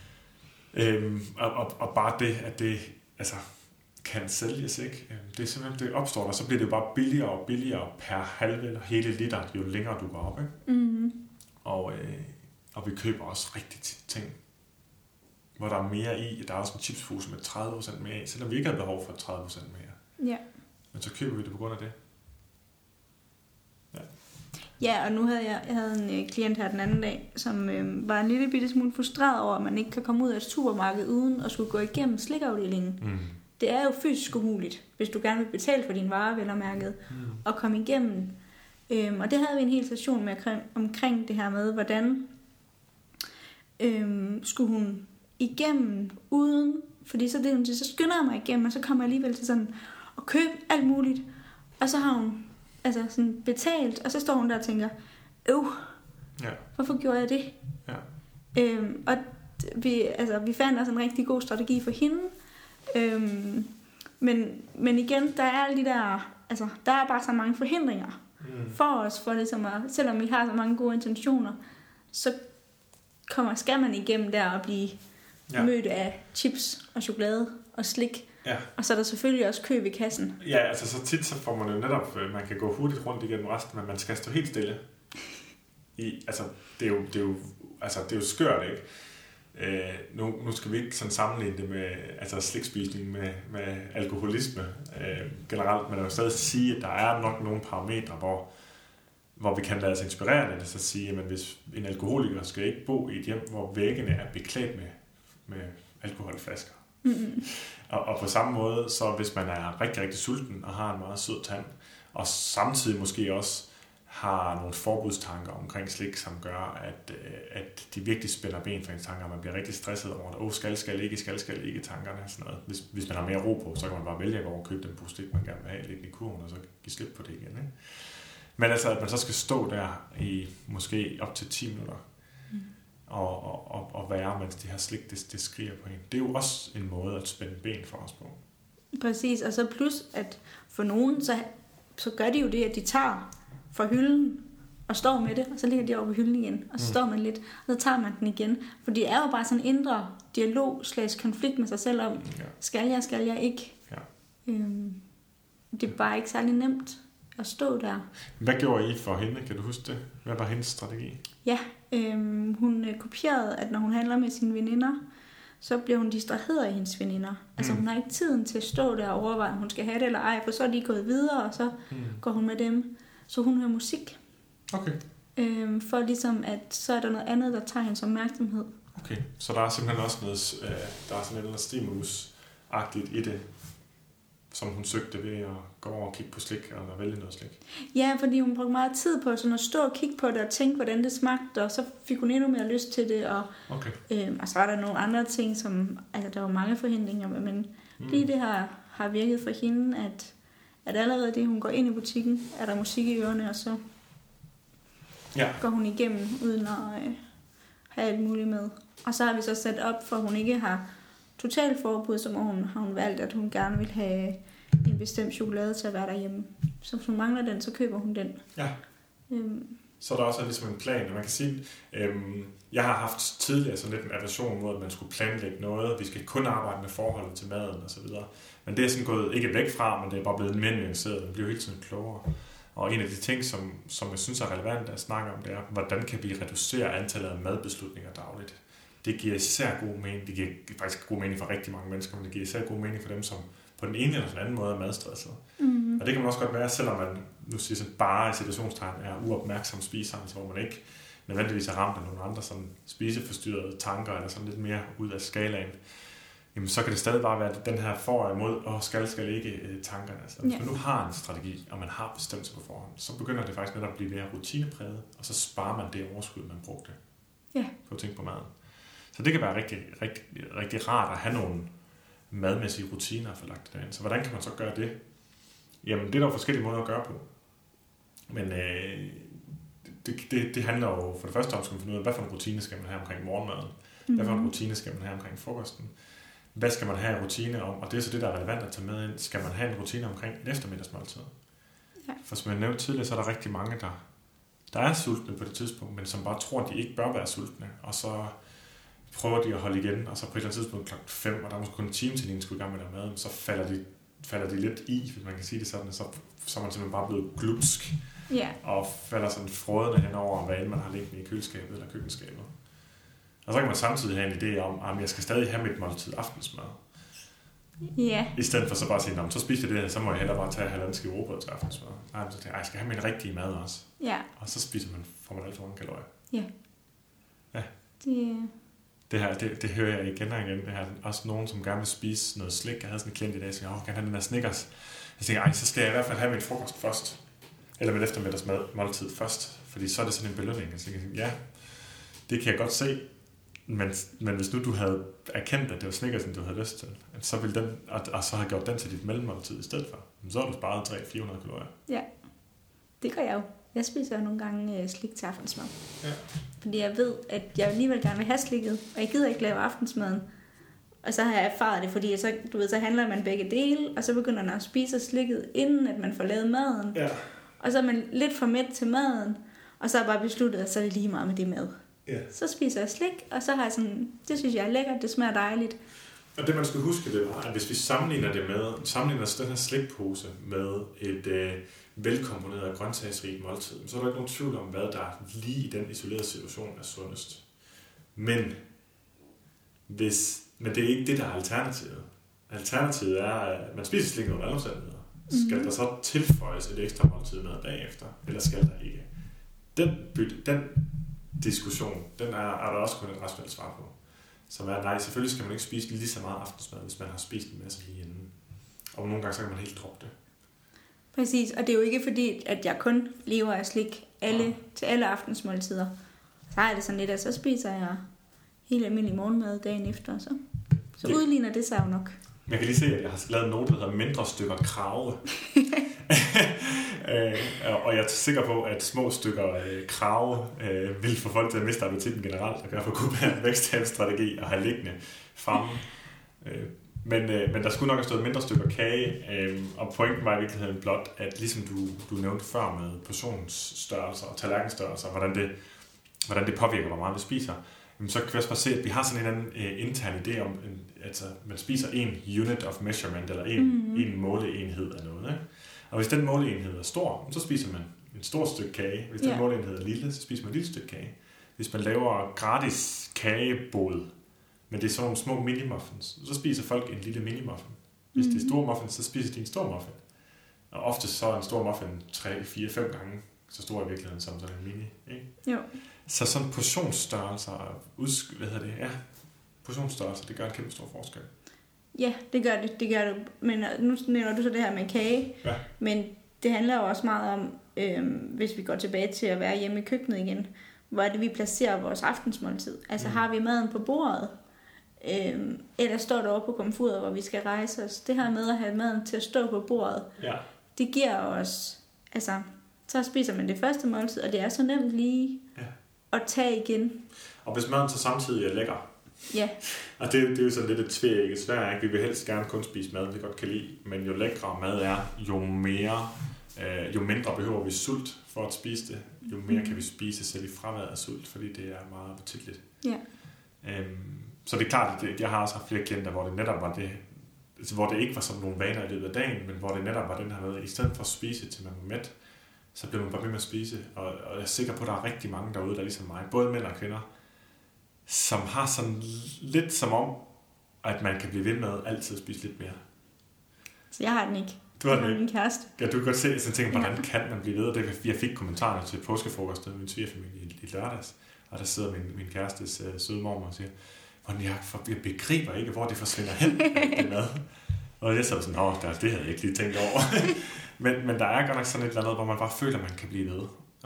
[SPEAKER 1] Og bare det, at det altså, kan sælges, ikke? Det er simpelthen, det opstår, og så bliver det jo bare billigere og billigere per halve eller hele liter, jo længere du går op, ikke? Mm-hmm. Og vi køber også rigtig tit ting, hvor der er mere i. Der er også en chipspose med 30% mere i, selvom vi ikke har behov for 30% mere. Ja. Men så køber vi det på grund af det. Ja.
[SPEAKER 2] Ja, og nu havde jeg havde en klient her den anden dag, som var en lille bitte smule frustreret over, at man ikke kan komme ud af et supermarked uden at skulle gå igennem slikafdelingen. Mm. Det er jo fysisk umuligt, hvis du gerne vil betale for din vare, vel og mærket, og komme igennem. Og det havde vi en hel session med omkring det her med, hvordan skulle hun igennem uden, fordi så, så skynder jeg mig igennem, og så kommer jeg alligevel til sådan at købe alt muligt, og så har hun altså sådan betalt, og så står hun der og tænker, hvorfor gjorde jeg det? Ja. Og vi fandt også en rigtig god strategi for hende. Men igen, der er alle de der, altså der er bare så mange forhindringer for os, for ligesom selvom vi har så mange gode intentioner, så skal man igennem der og blive mødt af chips og chokolade og slik. Ja. Og så er der selvfølgelig også kø ved kassen.
[SPEAKER 1] Ja, altså så tit så får man jo netop, man kan gå hurtigt rundt igennem resten, men man skal stå helt stille. Det er jo skørt, ikke? Nu skal vi ikke sådan sammenligne det med slikspisning med alkoholisme generelt, men jeg vil stadig sige, at der er nok nogle parametre, hvor vi kan lade os inspirere af det, så at sige, at hvis en alkoholiker skal ikke bo i et hjem, hvor væggene er beklædt med alkoholflasker. Mm-hmm. Og på samme måde, så hvis man er rigtig, rigtig sulten og har en meget sød tand, og samtidig måske også har nogle forbudstanker omkring slik, som gør, at de virkelig spænder ben for ens tanker, og man bliver rigtig stresset over det. Skal ikke tankerne. Sådan noget. Hvis man har mere ro på, så kan man bare vælge at gå over og købe den pose slik, man gerne vil have, lidt i kurven, og så give slip på det igen. Ikke? Men altså, at man så skal stå der i måske op til 10 minutter, og være, mens de her slik, det skriger på en. Det er jo også en måde at spænde ben for os på.
[SPEAKER 2] Præcis, og så plus, at for nogen, så gør de jo det, at de tager fra hylden og står med det, og så ligger de over på hylden igen, og så står man lidt, og så tager man den igen. For det er jo bare sådan en indre dialog/konflikt med sig selv om, skal jeg ikke? Ja. Det er bare ikke særlig nemt at stå der.
[SPEAKER 1] Hvad gjorde I for hende? Kan du huske det? Hvad var hendes strategi?
[SPEAKER 2] Ja, hun kopierede, at når hun handler med sine veninder, så bliver hun distraheret af hendes veninder. Altså hun har ikke tiden til at stå der og overveje, om hun skal have det eller ej, for så er de gået videre, og så går hun med dem. Så hun hører musik.
[SPEAKER 1] Okay.
[SPEAKER 2] For ligesom, at så er der noget andet, der tager hendes opmærksomhed.
[SPEAKER 1] Okay, så der er simpelthen også noget, der er sådan noget stimulus-agtigt i det, som hun søgte ved at gå over og kigge på slik, eller vælge noget slik.
[SPEAKER 2] Ja, fordi hun brugte meget tid på sådan at stå og kigge på det, og tænke, hvordan det smagte, og så fik hun endnu mere lyst til det, og, og så var der nogle andre ting, som, altså der var mange forhindringer, men lige det her har virket for hende, at allerede det, hun går ind i butikken, er der musik i ørerne, og så går hun igennem, uden at have alt muligt med. Og så har vi så sat op, for hun ikke har totalt forbud, så har hun valgt, at hun gerne vil have en bestemt chokolade til at være derhjemme. Så hvis hun mangler den, så køber hun den. Ja.
[SPEAKER 1] Så er der også ligesom en plan, man kan sige, jeg har haft tidligere sådan lidt en aversion mod, at man skulle planlægge noget, vi skal kun arbejde med forholdet til maden og så videre. Men det er sådan gået ikke væk fra, men det er bare blevet mere nuanceret, man bliver jo hele tiden klogere. Og en af de ting, som jeg synes er relevant at snakke om, det er, hvordan kan vi reducere antallet af madbeslutninger dagligt. Det giver især god mening, det giver faktisk god mening for rigtig mange mennesker, men det giver især god mening for dem, som på den ene eller den anden måde er madstresset. Mm-hmm. Og det kan man også godt være, selvom man nu siger sådan, bare i situationstegn er uopmærksom spiser, altså hvor man ikke nødvendigvis er ramt af nogle andre sådan spiseforstyrrede tanker, eller sådan lidt mere ud af skalaen. Jamen, så kan det stadig bare være den her for og imod, skal ikke tankerne. Altså, hvis man nu har en strategi, og man har bestemt sig på forhånd, så begynder det faktisk netop at blive mere rutinepræget, og så sparer man det overskud, man brugte på at tænke på maden. Så det kan være rigtig, rigtig, rigtig rart at have nogle madmæssige rutiner at få lagt derind. Så hvordan kan man så gøre det? Jamen, det er der jo forskellige måder at gøre på. Men det handler jo for det første om, at man finde ud af, hvad for en rutine skal man have omkring morgenmaden? Hvad for en rutine skal man have omkring frokosten? Hvad skal man have en rutine om? Og det er så det, der er relevant at tage med ind. Skal man have en rutine omkring et eftermiddagsmåltid? Ja. For som jeg nævnte tidligere, så er der rigtig mange, der er sultne på det tidspunkt, men som bare tror, at de ikke bør være sultne. Og så prøver de at holde igen, og så på et eller andet tidspunkt klokken 5, og der er måske kun en time til, de skulle i gang med at lave mad, så falder de lidt i, hvis man kan sige det sådan, så er man simpelthen bare blevet glupsk, og falder sådan frådende hen over, hvad man har liggende i køleskabet eller køkkenskabet. Og så kan man samtidig have en idé om, at jeg skal stadig have mit måltid aftensmad.
[SPEAKER 2] Ja.
[SPEAKER 1] I stedet for så bare at sige, så spiser jeg det, så må jeg hellere bare tage halvanden skive råbrød til aftensmad. Nej, så tænker jeg skal have min rigtige mad også.
[SPEAKER 2] Ja.
[SPEAKER 1] Og så får man alt for mange kalorier.
[SPEAKER 2] Ja.
[SPEAKER 1] Ja. Det hører jeg igen og igen. Det her også nogen, som gerne vil spise noget slik. Jeg havde sådan en klient i dag, som kan have den der Snickers. Jeg tænker, så skal jeg i hvert fald have min frokost først. Eller mit eftermiddagsmåltid først. Fordi så er det sådan en belønning. Så jeg tænker, det kan jeg godt se. Men hvis nu du havde erkendt, at det var Snickersen, du havde lyst til, så ville den, og så havde gjort den til dit mellemmåltid i stedet for, så har du sparet 300-400 kalorier.
[SPEAKER 2] Ja, det gør jeg jo. Jeg spiser nogle gange slik til aftensmad.
[SPEAKER 1] Ja.
[SPEAKER 2] Fordi jeg ved, at jeg alligevel gerne vil have slikket, og jeg gider ikke lave aftensmaden. Og så har jeg erfaret det, fordi så handler man begge dele, og så begynder man at spise slikket, inden at man får lavet maden.
[SPEAKER 1] Ja.
[SPEAKER 2] Og så er man lidt for mæt til maden, og så har jeg bare besluttet, at så er det lige meget med det mad.
[SPEAKER 1] Ja.
[SPEAKER 2] Så spiser jeg slik, og så har jeg sådan, det synes jeg er lækkert, det smager dejligt.
[SPEAKER 1] Og det man skal huske, det var, at hvis vi sammenligner den her slikpose med et velkomponeret grøntsagsrigt måltid, så er der ikke nogen tvivl om, hvad der lige i den isolerede situation er sundest. Men det er ikke det, der er alternativet. Alternativet er, at man spiser slik under alle omstændigheder. Skal der så tilføjes et ekstra måltid med bagefter, eller skal der ikke? Den diskussion, den er der også kun et rationelt svar på. Som er, nej, selvfølgelig skal man ikke spise lige så meget aftensmad, hvis man har spist en masse lige inden. Og nogle gange så kan man helt droppe det.
[SPEAKER 2] Præcis, og det er jo ikke fordi, at jeg kun lever af slik til alle aftensmåltider. Så er det sådan lidt, at så spiser jeg helt almindelig morgenmad dagen efter. Så udligner det sig jo nok.
[SPEAKER 1] Jeg kan lige se, at jeg har lavet en note, der hedder mindre stykker krave. Og jeg er sikker på, at små stykker krave vil få folk til at miste appetitten generelt, og derfor kunne være en vækststrategi at have liggende fremme. Men der skulle nok have stået mindre stykker kage, og pointen var i virkeligheden blot, at ligesom du nævnte før med portionsstørrelser og tallerkenstørrelser, hvordan det påvirker, hvor meget vi spiser, så kan vi også bare se, at vi har sådan en anden intern idé om, altså man spiser en unit of measurement, eller en måleenhed af noget. Ikke? Og hvis den måleenhed er stor, så spiser man et stort stykke kage. Hvis den måleenhed er lille, så spiser man et lille stykke kage. Hvis man laver gratis kagebod, men det er sådan nogle små mini-muffins, så spiser folk en lille mini-muffin. Hvis det er store muffins, så spiser de en stor muffin. Og ofte så er en stor muffin 3, 4, 5 gange så stor i virkeligheden som sådan en mini. Ikke?
[SPEAKER 2] Jo.
[SPEAKER 1] Så sådan portionsstørrelser, portionsstørrelser, det gør en kæmpe stor forskel.
[SPEAKER 2] Ja, det gør det. Men nu nævner du så det her med kage. Ja. Men det handler jo også meget om, hvis vi går tilbage til at være hjemme i køkkenet igen, hvor er det, vi placerer vores aftensmåltid. Altså har vi maden på bordet, eller står det over på komfuret, hvor vi skal rejse os. Det her med at have maden til at stå på bordet, det giver os, altså, så spiser man det første måltid, og det er så nemt lige at tage igen.
[SPEAKER 1] Og hvis maden så samtidig er lækker, og det er jo sådan lidt et tvækket svær, ikke? Vi vil helst gerne kun spise mad, vi godt kan lide, men jo lækre mad er, jo mindre behøver vi sult for at spise det, jo mere kan vi spise selv i fraværet af sult, fordi det er meget appetitligt.
[SPEAKER 2] Ja.
[SPEAKER 1] Så det er klart, at jeg har også haft flere klienter, hvor det netop var det, altså, hvor det ikke var sådan nogle vaner i løbet af dagen, men hvor det netop var den her med, i stedet for at spise til man var mæt, så blev man bare ved med at spise. Og jeg er sikker på, at der er rigtig mange derude, der er ligesom mig, både mænd og kvinder, som har sådan lidt som om, at man kan blive ved med altid at spise lidt mere.
[SPEAKER 2] Så jeg har den ikke.
[SPEAKER 1] Du har den
[SPEAKER 2] ikke. Min kæreste.
[SPEAKER 1] Ja, du kan godt se, så jeg tænker, hvordan kan man blive ved? Og det, jeg fik kommentarerne til påskefrokost med min svigerfamilie i lørdags, og der sidder min kærestes søde mormor og siger, jeg begriber ikke, hvor det forsvinder hen, det mad. Og jeg så sådan, det havde jeg ikke lige tænkt over. men der er godt nok sådan et eller andet, hvor man bare føler, at man kan blive ved.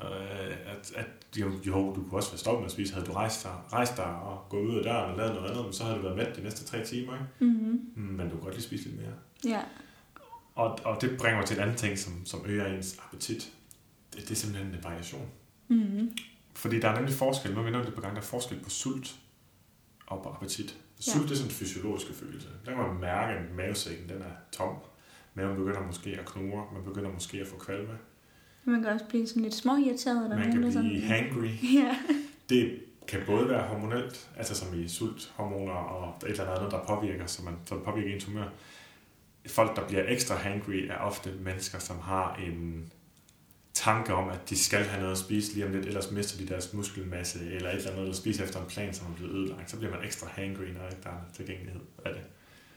[SPEAKER 1] Jo, du kunne også være stolt med at spise. Havde du rejst dig og gået ud af døren og lavet noget andet, så havde du været mæt de næste 3 timer. Ikke? Mm-hmm. Men du kunne godt lige spise lidt mere.
[SPEAKER 2] Ja.
[SPEAKER 1] Og det bringer mig til en anden ting, som øger ens appetit. Det er simpelthen en variation.
[SPEAKER 2] Mm-hmm.
[SPEAKER 1] Fordi der er nemlig forskel, nu er vi nødt til på gang, der er forskel på sult og på appetit. Sult, det er sådan en fysiologisk følelse. Der kan man mærke, at mavesækken den er tom. Maven begynder måske at knurre, man begynder måske at få kvalme.
[SPEAKER 2] Man kan også blive sådan lidt småirriteret.
[SPEAKER 1] Man kan blive sådan hangry.
[SPEAKER 2] Ja.
[SPEAKER 1] Det kan både være hormonelt, altså som i sulthormoner og et eller andet, der påvirker, så påvirker ens humør. Folk, der bliver ekstra hangry, er ofte mennesker, som har en tanke om, at de skal have noget at spise lige om lidt, ellers mister de deres muskelmasse, eller et eller andet, eller spise efter en plan, som er blevet ødelagt. Så bliver man ekstra hangry, når der er tilgængelighed af det.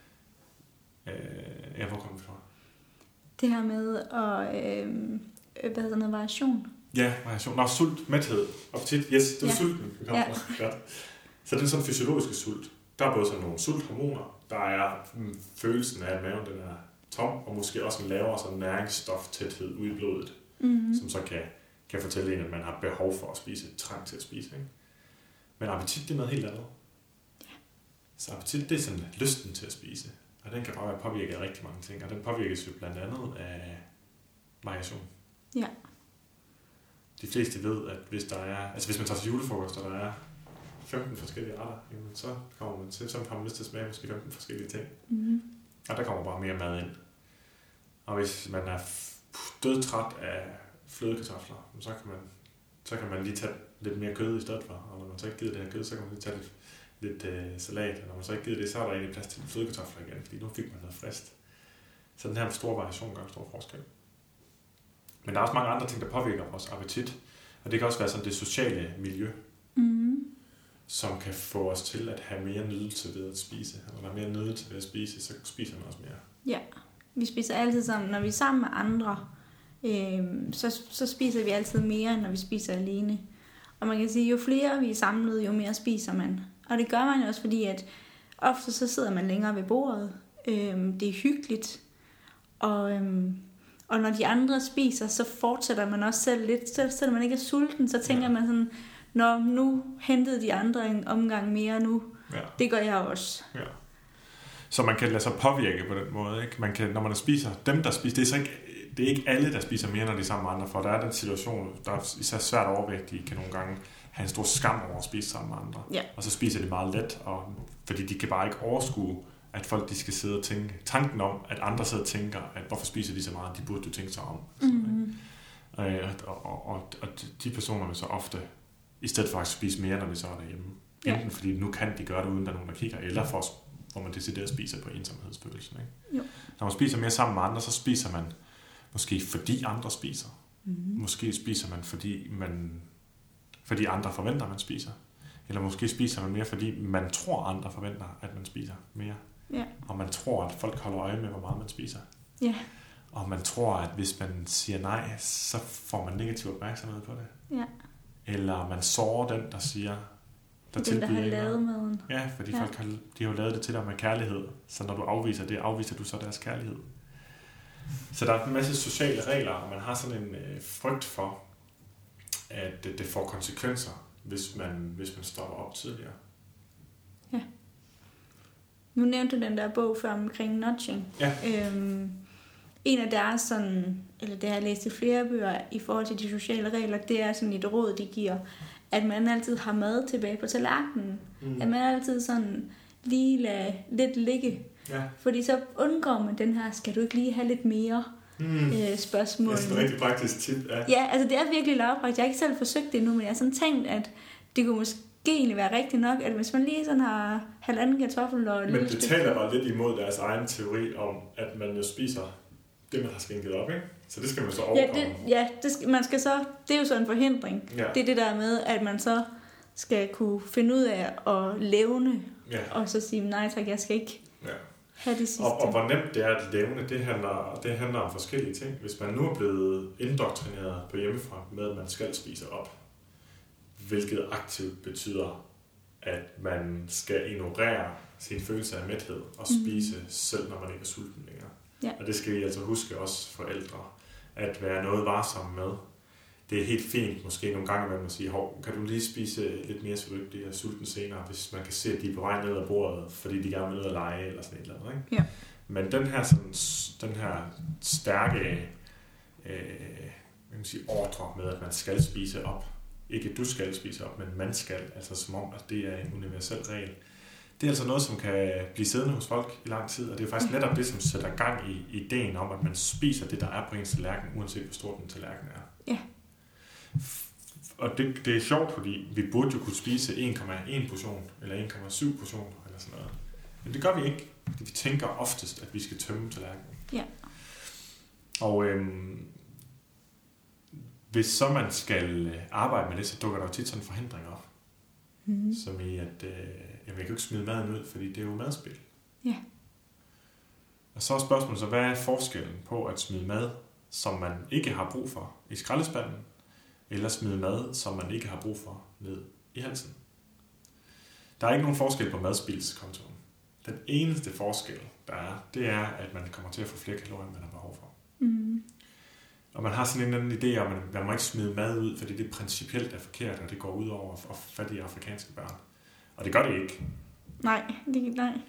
[SPEAKER 1] Hvor kommer vi fra?
[SPEAKER 2] Det her med at noget variation.
[SPEAKER 1] Ja, variation. Sult, mæthed, appetit. Yes, det er sulten. Så det er sådan fysiologiske sult. Der er både sådan nogle sulthormoner, der er følelsen af, at maven den er tom, og måske også en lavere sådan næringsstoftæthed ude i blodet, som så kan fortælle en, at man har behov for at spise, trang til at spise. Ikke? Men appetit, det er noget helt andet.
[SPEAKER 2] Ja.
[SPEAKER 1] Så appetit, det er sådan lysten til at spise. Og den kan bare være påvirket af rigtig mange ting, og den påvirkes jo blandt andet af variation.
[SPEAKER 2] Ja.
[SPEAKER 1] de fleste ved, at hvis man tager til julefrokost, og der er 15 forskellige retter, så kommer man til, så har man lyst til at smage måske 15 forskellige ting.
[SPEAKER 2] Mm-hmm.
[SPEAKER 1] Og der kommer bare mere mad ind. Og hvis man er dødtræt af flødekartofler, så kan man lige tage lidt mere kød i stedet for. Og når man så ikke gider det her kød, så kan man lige tage lidt salat. Og når man så ikke gider det, så er der egentlig plads til flødekartofler igen, fordi nu fik man noget frist. Så den her store variation gør en stor forskel. Men der er også mange andre ting, der påvirker vores appetit. Og det kan også være sådan det sociale miljø, som kan få os til at have mere nydelse ved at spise. Og når der er mere nydelse ved at spise, så spiser man også mere.
[SPEAKER 2] Ja, vi spiser altid sammen. Når vi er sammen med andre, så spiser vi altid mere, end når vi spiser alene. Og man kan sige, jo flere vi er samlet, jo mere spiser man. Og det gør man jo også, fordi at ofte så sidder man længere ved bordet. Det er hyggeligt. Og når de andre spiser, så fortsætter man også selv lidt. Selvom man ikke er sulten, så tænker man sådan, når nu hentede de andre en omgang mere nu. Ja. Det gør jeg også. Ja.
[SPEAKER 1] Så man kan lade sig påvirke på den måde. Ikke? Man kan, når man spiser, dem der spiser, det er ikke alle, der spiser mere, når de er sammen med andre. For der er den situation, der er især svært overvægtige, kan nogle gange have en stor skam over at spise sammen med andre. Ja. Og så spiser de meget let, fordi de kan bare ikke overskue, at folk de skal sidde og tænke. Tanken om, at andre sidder og tænker, at hvorfor spiser de så meget, de burde jo tænke sig om. Mm-hmm. Og de personer vil så ofte, i stedet for at spise mere, når de så er derhjemme. Enten fordi nu kan de gøre det, uden der er nogen, der kigger, eller hvor man decideret spiser på ensomhedsfølelsen. Ikke? Jo. Når man spiser mere sammen med andre, så spiser man måske fordi andre spiser. Mm-hmm. Måske spiser man fordi andre forventer, at man spiser. Eller måske spiser man mere, fordi man tror, andre forventer, at man spiser mere. Ja. Og man tror, at folk holder øje med, hvor meget man spiser. Ja. Og man tror, at hvis man siger nej, så får man negativ opmærksomhed på det. Ja. Eller man sårer den, der siger,
[SPEAKER 2] den, der har lavet maden.
[SPEAKER 1] Ja, fordi folk de har jo lavet det til dig med kærlighed. Så når du afviser det, afviser du så deres kærlighed. Så der er en masse sociale regler, og man har sådan en frygt for, at det får konsekvenser, hvis man stopper op tidligere.
[SPEAKER 2] Ja. Nu nævnte du den der bog før omkring nudging. Ja. En af deres sådan, eller det har jeg læst i flere bøger i forhold til de sociale regler, det er sådan et råd, de giver, at man altid har mad tilbage på tallerkenen. At man altid sådan lige lader lidt ligge. Ja. Fordi så undgår man den her, skal du ikke lige have lidt mere spørgsmål.
[SPEAKER 1] Det er en rigtig praktisk tip.
[SPEAKER 2] Ja, altså det er virkelig lavpraktisk. Jeg har ikke selv forsøgt det endnu, men jeg har sådan tænkt, at det kunne måske egentlig være rigtigt nok, at hvis man lige sådan har halvanden kartoffel og...
[SPEAKER 1] Men det taler bare lidt imod deres egen teori om, at man jo spiser det, man har skænket op, ikke? Så det skal man så overkomme.
[SPEAKER 2] Man skal så... Det er jo så en forhindring. Ja. Det er det der med, at man så skal kunne finde ud af at levne, og så sige, nej tak, jeg skal ikke have det sidste.
[SPEAKER 1] Og hvor nemt det er at levne, det handler om forskellige ting. Hvis man nu er blevet indoktrineret på hjemmefra med, at man skal spise op, hvilket aktivt betyder, at man skal ignorere sin følelse af mæthed og spise selv, når man ikke er sulten længere. Ja. Og det skal vi altså huske også forældre, at være noget varsomme med. Det er helt fint, måske nogle gange, at man siger, kan du lige spise lidt mere, så du ikke bliver sulten senere, hvis man kan se, at de er på vej ned ad bordet, fordi de gerne vil ned at lege, eller sådan et eller andet. Ikke? Ja. Men den her stærke ordre med, at man skal spise op, ikke du skal spise op, men man skal, altså som om, at det er en universel regel. Det er altså noget, som kan blive siddende hos folk i lang tid, og det er faktisk netop det, som sætter gang i ideen om, at man spiser det, der er på ens tallerken, uanset hvor stor den tallerken er. Ja. Og det er sjovt, fordi vi burde jo kunne spise 1,1 portion, eller 1,7 portion, eller sådan noget. Men det gør vi ikke, fordi vi tænker oftest, at vi skal tømme tallerkenen. Ja. Og hvis så man skal arbejde med det, så dukker der jo tit sådan en forhindring op. Mm-hmm. Som i, at jeg kan jo ikke smide maden ud, fordi det er jo madspil. Ja. Og så er spørgsmålet så, hvad er forskellen på at smide mad, som man ikke har brug for i skraldespanden, eller smide mad, som man ikke har brug for ned i halsen? Der er ikke nogen forskel på madspilskontoen. Den eneste forskel, der er, det er, at man kommer til at få flere kalorier, end man har behov for. Mm. Og man har sådan en anden idé om, at man må ikke smide mad ud, fordi det principielt er forkert, og det går ud over fattige afrikanske børn. Og det gør det ikke.
[SPEAKER 2] Nej.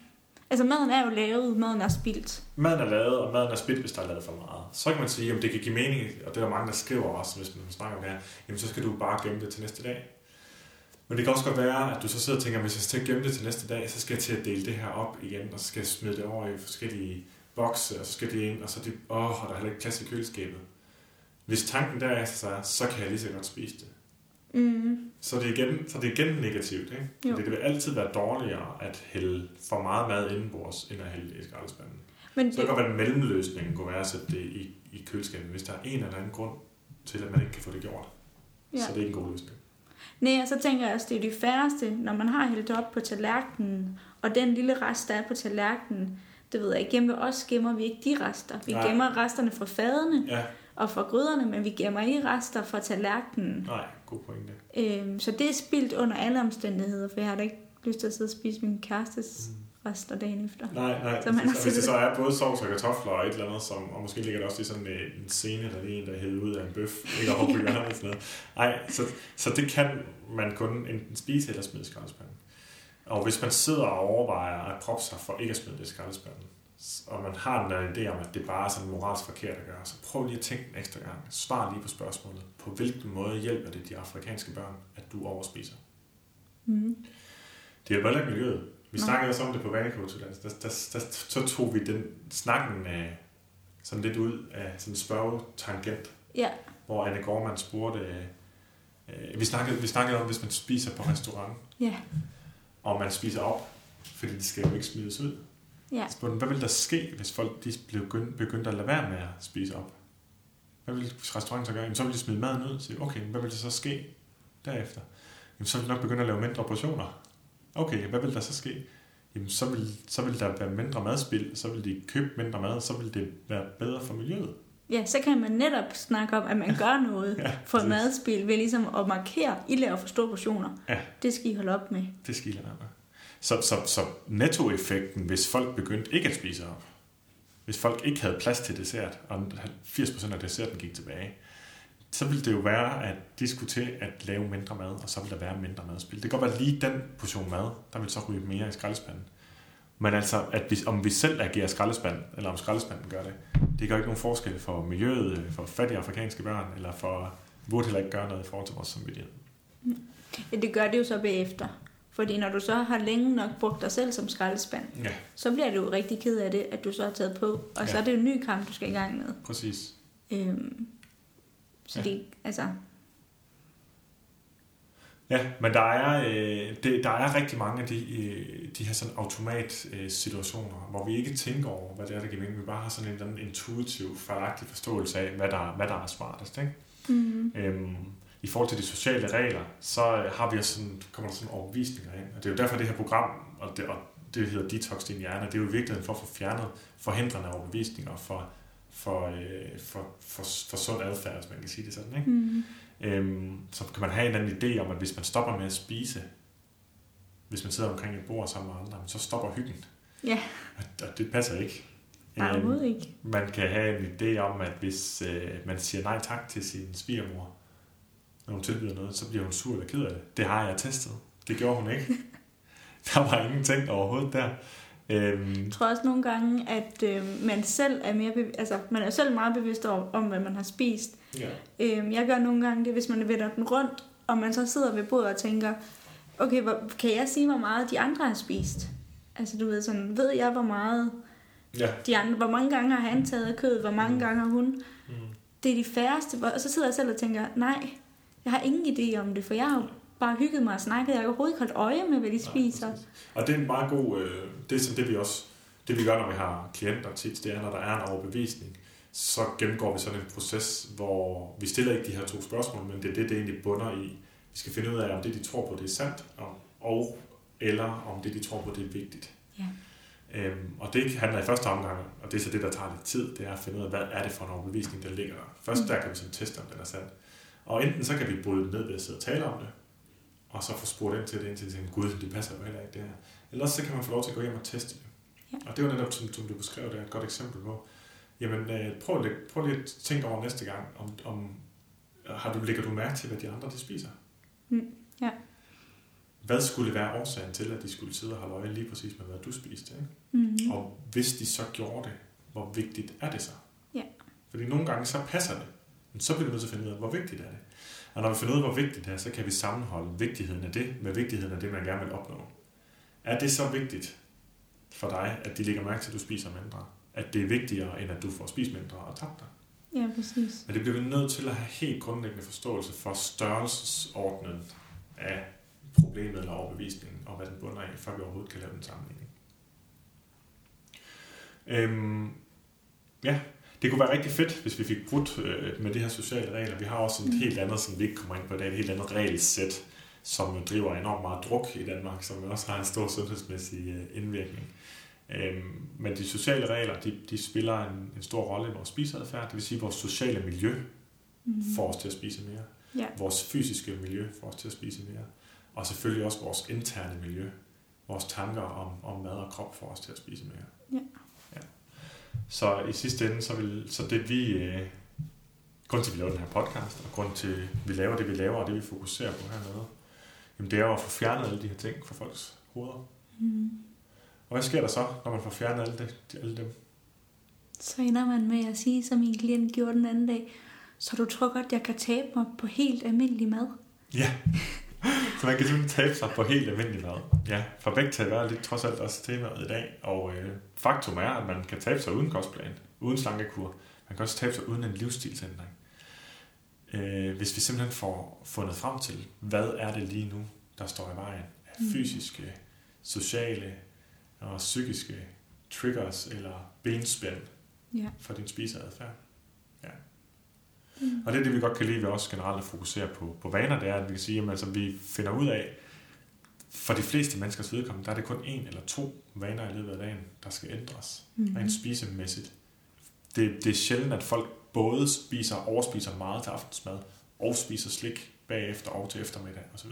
[SPEAKER 2] Altså maden er jo lavet, maden er spildt.
[SPEAKER 1] Maden er lavet, og maden er spildt, hvis der er lavet for meget. Så kan man sige, om det kan give mening, og det er der mange, der skriver også, hvis man snakker om det her, jamen så skal du bare gemme det til næste dag. Men det kan også godt være, at du så sidder og tænker, hvis jeg skal gemme det til næste dag, så skal jeg til at dele det her op igen, og så skal jeg smide det over i forskellige bokse, og så skal det ind, og så det, og der er heller ikke plads i køleskabet. Hvis tanken der er, så kan jeg lige så godt spise det.
[SPEAKER 2] Mm.
[SPEAKER 1] Så det er igen negativt, ikke? Fordi det vil altid være dårligere at hælde for meget mad indenbords, end at hælde det i skraldespanden. Så kan godt være, at mellemløsningen kunne være at sætte det i køleskabet, hvis der er en eller anden grund til, at man ikke kan få det gjort. Ja. Så det er ikke en god løsning.
[SPEAKER 2] Nej, og så tænker jeg også, det er de færreste, når man har hældt op på tallerkenen, og den lille rest, der er på tallerkenen, det ved jeg ikke, hjemme ved os gemmer vi ikke de rester. Vi gemmer resterne fra fadene og fra gryderne, men vi gemmer ikke rester fra tallerkenen.
[SPEAKER 1] Nej, god pointe.
[SPEAKER 2] Så det er spildt under alle omstændigheder, for jeg har da ikke lyst til at sidde og spise min kærestes rester dagen efter.
[SPEAKER 1] Nej. Så hvis det så er både sovs og kartofler og et eller andet, og måske ligger der også i sådan en scene, der er en, der hælder ud af en bøf, ikke og eller sådan noget. Nej, så det kan man kun enten spise eller smide i skraldespanden. Og hvis man sidder og overvejer at proppe sig for ikke at smide det i skraldespanden, og man har en idé om, at det bare er sådan moralsk forkert at gøre, så prøv lige at tænke en ekstra gang. Svar lige på spørgsmålet. På hvilken måde hjælper det de afrikanske børn, at du overspiser? Det hjælper heller ikke miljøet. Vi snakkede også om det på vanekotuddannelsen. Så tog vi den snakken sådan lidt ud af sådan en spørgetangent, hvor Anne Gorman spurgte, vi snakkede om, hvis man spiser på restaurant, og man spiser op, fordi det skal jo ikke smides ud. Spurgte, hvad ville der ske, hvis folk de begyndte at lade være med at spise op? Hvad ville restauranten så gøre? Jamen, så ville de smide maden ud. Så okay, hvad ville der så ske derefter? Jamen, så ville de nok begynde at lave mindre portioner. Okay, hvad ville der så ske? Jamen, så ville der være mindre madspild, så ville de købe mindre mad, så ville det være bedre for miljøet.
[SPEAKER 2] Ja, så kan man netop snakke om, at man gør noget for madspild ved ligesom at markere, I laver for store portioner. Ja. Det skal I holde op med.
[SPEAKER 1] Det skal I lade være med. Så nettoeffekten, hvis folk begyndte ikke at spise op, hvis folk ikke havde plads til dessert, og 80% af desserten gik tilbage, så ville det jo være, at de skulle til at lave mindre mad, og så ville der være mindre madspild. Det kan godt være lige den portion mad, der vil så ryge mere i skraldespanden. Men altså, om vi selv agerer skraldespand, eller om skraldespanden gør det gør ikke nogen forskel for miljøet, for fattige afrikanske børn, eller for burde heller ikke gøre noget i forhold til vores samvittighed.
[SPEAKER 2] Ja, det gør det jo så bagefter. Fordi når du så har længe nok brugt dig selv som skraldespand, så bliver du jo rigtig ked af det, at du så har taget på. Og så er det jo en ny kamp, du skal i gang med.
[SPEAKER 1] Præcis.
[SPEAKER 2] Så det, altså...
[SPEAKER 1] Ja, men der er rigtig mange af de her sådan automat-situationer, hvor vi ikke tænker over, hvad det er, der giver mening. Vi bare har sådan en eller anden intuitiv, fejlagtig forståelse af, hvad der er smartest, ikke? I forhold til de sociale regler, så kommer der sådan overbevisninger ind. Og det er jo derfor, det her program, og det hedder Detox din hjerne, det er jo i virkeligheden for at få fjernet forhindrende overbevisninger for sund adfærd, hvis man kan sige det sådan, ikke? Så kan man have en anden idé om, at hvis man stopper med at spise, hvis man sidder omkring et bord sammen med andre, så stopper hyggen.
[SPEAKER 2] Ja.
[SPEAKER 1] Og det passer ikke.
[SPEAKER 2] Overhovedet ikke.
[SPEAKER 1] Man kan have en idé om, at hvis man siger nej tak til sin svigermor, når hun tilbyder noget, så bliver hun sur eller ked af det. Det har jeg testet. Det gjorde hun ikke. Der var ingenting overhovedet der.
[SPEAKER 2] Jeg tror også nogle gange, at man selv er mere man er selv meget bevidst om, hvad man har spist. Ja. Jeg gør nogle gange det, hvis man vender den rundt, og man så sidder ved bordet og tænker, okay, kan jeg sige, hvor meget de andre har spist? Altså du ved sådan, ved jeg, hvor meget de andre, hvor mange gange har han taget kød, hvor mange gange har hun? Det er de færreste, og så sidder jeg selv og tænker, nej, jeg har ingen idé om det, for jeg har bare hygget mig og snakket. Jeg har overhovedet ikke holdt øje med, hvad de spiser.
[SPEAKER 1] Præcis. Og det er en meget god... det er sådan det vi gør, når vi har klienter tit, det er, når der er en overbevisning, så gennemgår vi sådan en proces, hvor vi stiller ikke de her 2 spørgsmål, men det egentlig bunder i. Vi skal finde ud af, om det, de tror på, det er sandt, eller om det, de tror på, det er vigtigt. Ja. Og det handler i første omgang, og det er så det, der tager lidt tid, det er at finde ud af, hvad er det for en overbevisning, der ligger der. Først der kan vi sådan teste, om den er sandt. Og enten så kan vi bryde det ned ved at sidde og tale om det, og så få spurgt ind til det, indtil de tænker, gud, det passer jo heller ikke det her. Ellers så kan man få lov til at gå hjem og teste det. Ja. Og det var netop, som du beskrev, det er et godt eksempel på. Jamen, prøv lige at tænke over næste gang, lægger du mærke til, hvad de andre de spiser?
[SPEAKER 2] Ja.
[SPEAKER 1] hvad skulle være årsagen til, at de skulle sidde og holde øje lige præcis med, hvad du spiste? Ikke?
[SPEAKER 2] Mm-hmm.
[SPEAKER 1] Og hvis de så gjorde det, hvor vigtigt er det så?
[SPEAKER 2] Ja.
[SPEAKER 1] Fordi nogle gange så passer det, men så bliver vi nødt til at finde ud af, hvor vigtigt er det. Og når vi finder ud af, hvor vigtigt det er, så kan vi sammenholde vigtigheden af det med vigtigheden af det, man gerne vil opnå. Er det så vigtigt for dig, at de lægger mærke til, at du spiser mindre? At det er vigtigere, end at du får spist mindre og tabt dig?
[SPEAKER 2] Ja, præcis.
[SPEAKER 1] Men det bliver vi nødt til at have helt grundlæggende forståelse for størrelsesordnen af problemet eller overbevisningen, og hvad den bunder af, før vi overhovedet kan lave den sammenligning. Ja, det kunne være rigtig fedt, hvis vi fik brudt med de her sociale regler. Vi har også et helt andet, som vi ikke kommer ind på i dag, et helt andet regelsæt, som driver enormt meget druk i Danmark, som også har en stor sundhedsmæssig indvirkning. Men de sociale regler, de spiller en stor rolle i vores spiseadfærd, det vil sige, at vores sociale miljø får os til at spise mere.
[SPEAKER 2] Ja.
[SPEAKER 1] Vores fysiske miljø får os til at spise mere. Og selvfølgelig også vores interne miljø, vores tanker om mad og krop får os til at spise mere.
[SPEAKER 2] Ja.
[SPEAKER 1] Så i sidste ende, så det vi... Grunden til, at vi laver den her podcast, og grunden til, at vi laver det, vi laver, og det, vi fokuserer på hernede, jamen det er jo at få fjernet alle de her ting fra folks hoveder. Og hvad sker der så, når man får fjernet alle dem?
[SPEAKER 2] Så ender man med at sige, som min klient gjorde den anden dag, så du tror godt, jeg kan tabe mig på helt almindelig mad?
[SPEAKER 1] Ja, så man kan simpelthen tabe sig på helt almindelig mad. Ja, for vægttab er lidt trods alt også temaet i dag, og faktum er, at man kan tabe sig uden kostplan, uden slankekur. Man kan også tabe sig uden en livsstilsændring. Hvis vi simpelthen får fundet frem til, hvad er det lige nu, der står i vejen af fysiske, sociale og psykiske triggers eller benspænd for din spiseadfærd. Ja. Og det er det, vi godt kan lide, vi også generelt fokuserer på vaner, det er, at vi kan sige, at altså, vi finder ud af, for de fleste menneskers vedkommende, der er det kun 1 eller 2 vaner i løbet af dagen, der skal ændres, rent spisemæssigt. Det er sjældent, at folk både overspiser meget til aftensmad, og spiser slik bagefter og til eftermiddag osv.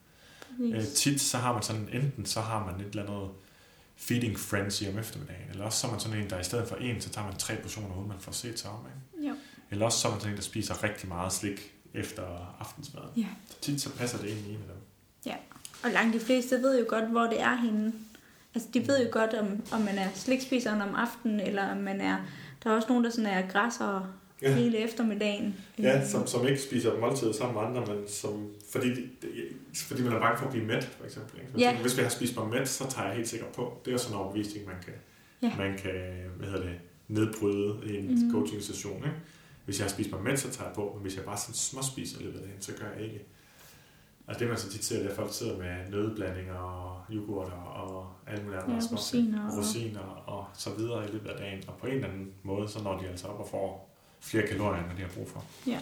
[SPEAKER 1] Tit så har man sådan, enten så har man et eller andet feeding frenzy om eftermiddagen, eller også så er man sådan en, der i stedet for 1, så tager man 3 portioner, uden man får set sig om. Ikke?
[SPEAKER 2] Jo.
[SPEAKER 1] Eller også så er man sådan en, der spiser rigtig meget slik efter aftensmad.
[SPEAKER 2] Ja.
[SPEAKER 1] Så tit så passer det ind i en af dem.
[SPEAKER 2] Ja, og langt de fleste ved jo godt, hvor det er henne. Altså de ved jo godt, om man er slikspiseren om aftenen, eller om man er... Der er også nogen, der sådan er græsser hele eftermiddagen.
[SPEAKER 1] Ja, som ikke spiser måltider sammen med andre, men som, fordi man er bange for at blive mæt, for eksempel. Ikke?
[SPEAKER 2] Ja.
[SPEAKER 1] Hvis vi har spist mig mæt, så tager jeg helt sikkert på. Det er sådan en overbevisning, man kan nedbryde i en coaching-session. Ikke? Hvis jeg har spist mig mæt, så tager jeg på, men hvis jeg bare sådan småspiser lidt af det, så gør jeg ikke. Og det man så tit ser, det er, at folk sidder med nødblandinger og yoghurter og alle mulige andre rosiner og så videre i løbet af dagen. Og på en eller anden måde, så når de altså op og får flere kalorier, end de har brug for.
[SPEAKER 2] Ja.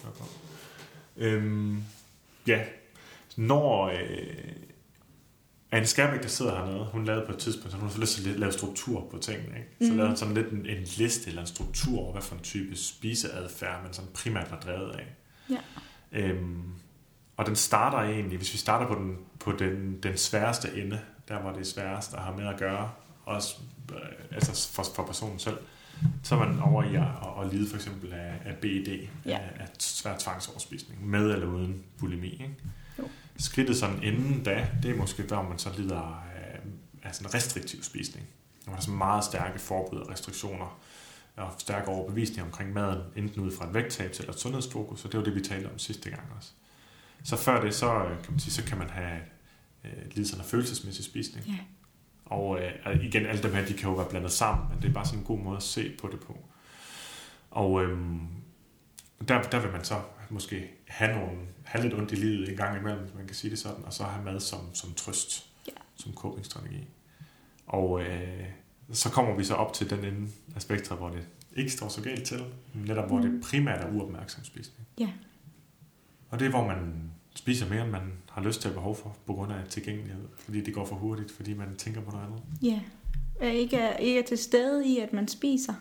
[SPEAKER 1] Når Anne Skærbæk, der sidder hernede, hun lavede på et tidspunkt, så hun har lyst til at lave struktur på tingene. Ikke? Så lavede hun sådan lidt en liste eller en struktur over, hvad for en type spiseadfærd man sådan primært var drevet af.
[SPEAKER 2] Ja.
[SPEAKER 1] Og den starter egentlig, hvis vi starter på den sværeste ende, der hvor det er sværest at have med at gøre, også altså for personen selv, så er man over i at lide for eksempel af BED, af svær tvangsoverspisning, med eller uden bulimi. Ikke?
[SPEAKER 2] Jo.
[SPEAKER 1] Skridtet sådan inden da, det er måske der, man så lider af sådan restriktiv spisning. Der er sådan meget stærke forbud og restriktioner, og stærke overbevisning omkring maden, enten ud fra et vægttab eller et sundhedsfokus, og det var det, vi talte om sidste gang også. Så før det, så kan man have lidelse af følelsesmæssig spisning.
[SPEAKER 2] Ja.
[SPEAKER 1] Og igen, alle dem her, de kan jo være blandet sammen, men det er bare sådan en god måde at se på det på. Og der vil man så måske have lidt ondt i livet en gang imellem, man kan sige det sådan, og så have mad som trøst, som copingstrategi. Og så kommer vi så op til den ende af spektret, hvor det ikke står så galt til, netop hvor det primært er uopmærksom spisning.
[SPEAKER 2] Ja. Og
[SPEAKER 1] det er, hvor man spiser mere, end man har lyst til at behov for, på grund af tilgængelighed, fordi det går for hurtigt, fordi man tænker på noget andet.
[SPEAKER 2] Ja, ikke er til stede i, at man spiser.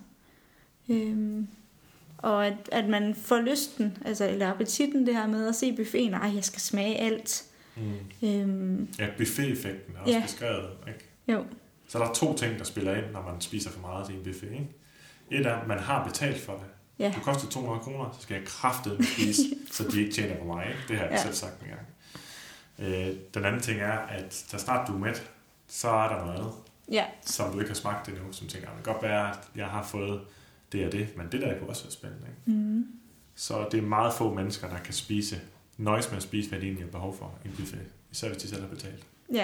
[SPEAKER 2] Og at man får lysten, altså, eller appetitten, det her med at se buffeten, jeg skal smage alt.
[SPEAKER 1] Buffet-effekten er også beskrevet, ikke?
[SPEAKER 2] Jo.
[SPEAKER 1] Så der er 2 ting, der spiller ind, når man spiser for meget til en buffet, ikke? Et er, at man har betalt for det. Ja. Det koster 200 kroner, så skal jeg kraftedeme spise, så de ikke tjener på mig. Ikke? Det har jeg selv sagt en gang. Den anden ting er, at da snart du er mæt, så er der noget andet,
[SPEAKER 2] Ja.
[SPEAKER 1] som du ikke har smagt endnu, som tænker, det kan godt være, at jeg har fået det og det, men det der kunne også være spændende. Ikke?
[SPEAKER 2] Mm.
[SPEAKER 1] Så det er meget få mennesker, der kan nøjes med at spise, hvad de egentlig har behov for i en buffet, især hvis de selv har betalt.
[SPEAKER 2] Ja.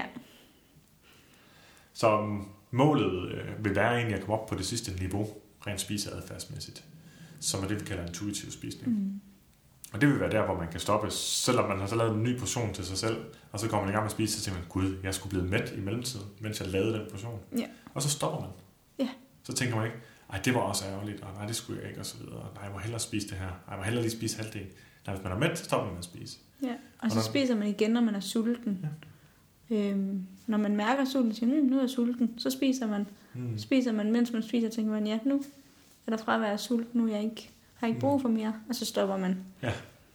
[SPEAKER 1] Så målet vil være egentlig at komme op på det sidste niveau, rent spiseadfærdsmæssigt, som er det, vi kalder intuitiv spisning.
[SPEAKER 2] Mm.
[SPEAKER 1] Og det vil være der, hvor man kan stoppe, selvom man har så lavet en ny portion til sig selv, og så kommer man i gang med at spise, så tænker man, gud, jeg skulle blive mæt i mellemtiden, mens jeg lavede den portion.
[SPEAKER 2] Ja.
[SPEAKER 1] Og så stopper man.
[SPEAKER 2] Ja.
[SPEAKER 1] Så tænker man ikke, ej, det var også ærgerligt, og nej, det skulle jeg ikke, og så videre. Nej, jeg må hellere spise det her. Nej, jeg må hellere lige spise halvdelen. Nej, hvis man er mæt, så stopper man med at spise.
[SPEAKER 2] Ja, og så spiser man igen, når man er sulten. Ja. Når man mærker sulten, siger nu er jeg sulten, så spiser man. Spiser man, mens man spiser, tænker man, ja, nu er der fra at være sulten, nu har jeg ikke brug for mere, og så stopper man.
[SPEAKER 1] Ja.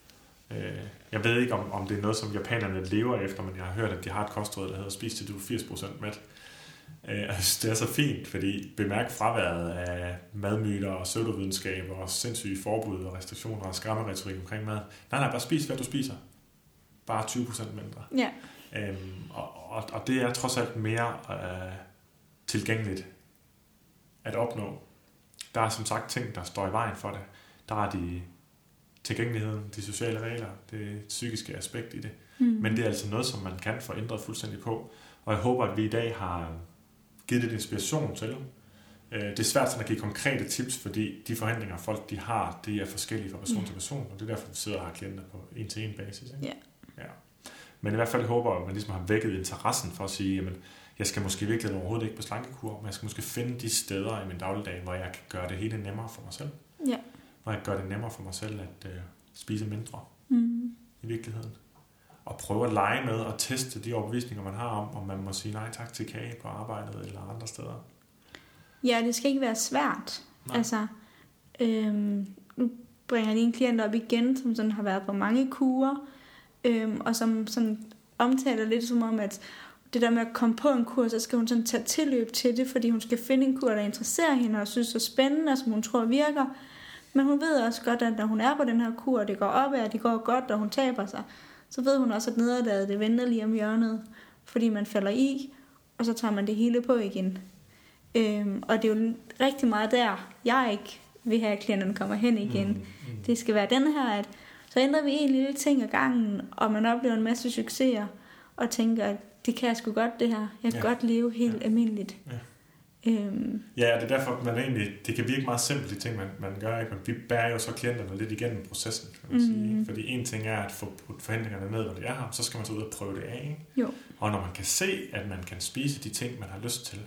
[SPEAKER 1] Jeg ved ikke, om det er noget, som japanerne lever efter, men jeg har hørt, at de har et kostråd, der hedder spis til du er 80% mæt. Det er så fint, fordi bemærk fraværet af madmyter og pseudovidenskaber og sindssyge forbud og restriktioner og skræmmeretorik omkring mad. Nej, bare spis, hvad du spiser. Bare 20% mindre.
[SPEAKER 2] Ja.
[SPEAKER 1] Og det er trods alt mere tilgængeligt at opnå. Der er som sagt ting, der står i vejen for det. Der er tilgængeligheden, de sociale regler, det psykiske aspekt i det. Men det er altså noget, som man kan få ændret fuldstændig på. Og jeg håber, at vi i dag har givet lidt inspiration til. Det er svært sådan at give konkrete tips, fordi de forhandlinger, folk de har, det er forskellige fra person til person, og det er derfor, vi sidder og har klienter på en-til-en basis. Ikke? Ja. Men i hvert fald håber jeg, at man ligesom har vækket interessen for at sige, jamen, jeg skal måske virkelig overhovedet ikke på slankekur, men jeg skal måske finde de steder i min dagligdag, hvor jeg kan gøre det hele nemmere for mig selv.
[SPEAKER 2] Ja.
[SPEAKER 1] Hvor jeg gør det nemmere for mig selv at spise mindre i virkeligheden. Og prøve at lege med og teste de overbevisninger, man har om man må sige nej tak til kage på arbejdet eller andre steder.
[SPEAKER 2] Ja, det skal ikke være svært. Nej. Altså, nu bringer jeg lige en klient op igen, som sådan har været på mange kurer, og som sådan omtaler lidt som om, at det der med at komme på en kur, så skal hun sådan tage tilløb til det, fordi hun skal finde en kur, der interesserer hende og synes er spændende, og som hun tror virker. Men hun ved også godt, at når hun er på den her kur, og det går opad, og det går godt, og hun taber sig, så ved hun også, at nederlaget det venter lige om hjørnet, fordi man falder i, og så tager man det hele på igen. Og det er jo rigtig meget der, jeg ikke vil have, at klienterne kommer hen igen. Det skal være den her, at så ændrer vi en lille ting ad gangen, og man oplever en masse succeser, og tænker, at det kan jeg sgu godt det her. Jeg kan godt leve helt almindeligt.
[SPEAKER 1] Ja, det er derfor, man egentlig, det kan virke meget simpelt, de ting, man gør, ikke? Men vi bærer jo så klienterne lidt igennem processen, kan man sige. Fordi en ting er at få forhindringerne ned, når de er her, så skal man så ud og prøve det af. Ikke?
[SPEAKER 2] Jo.
[SPEAKER 1] Og når man kan se, at man kan spise de ting, man har lyst til,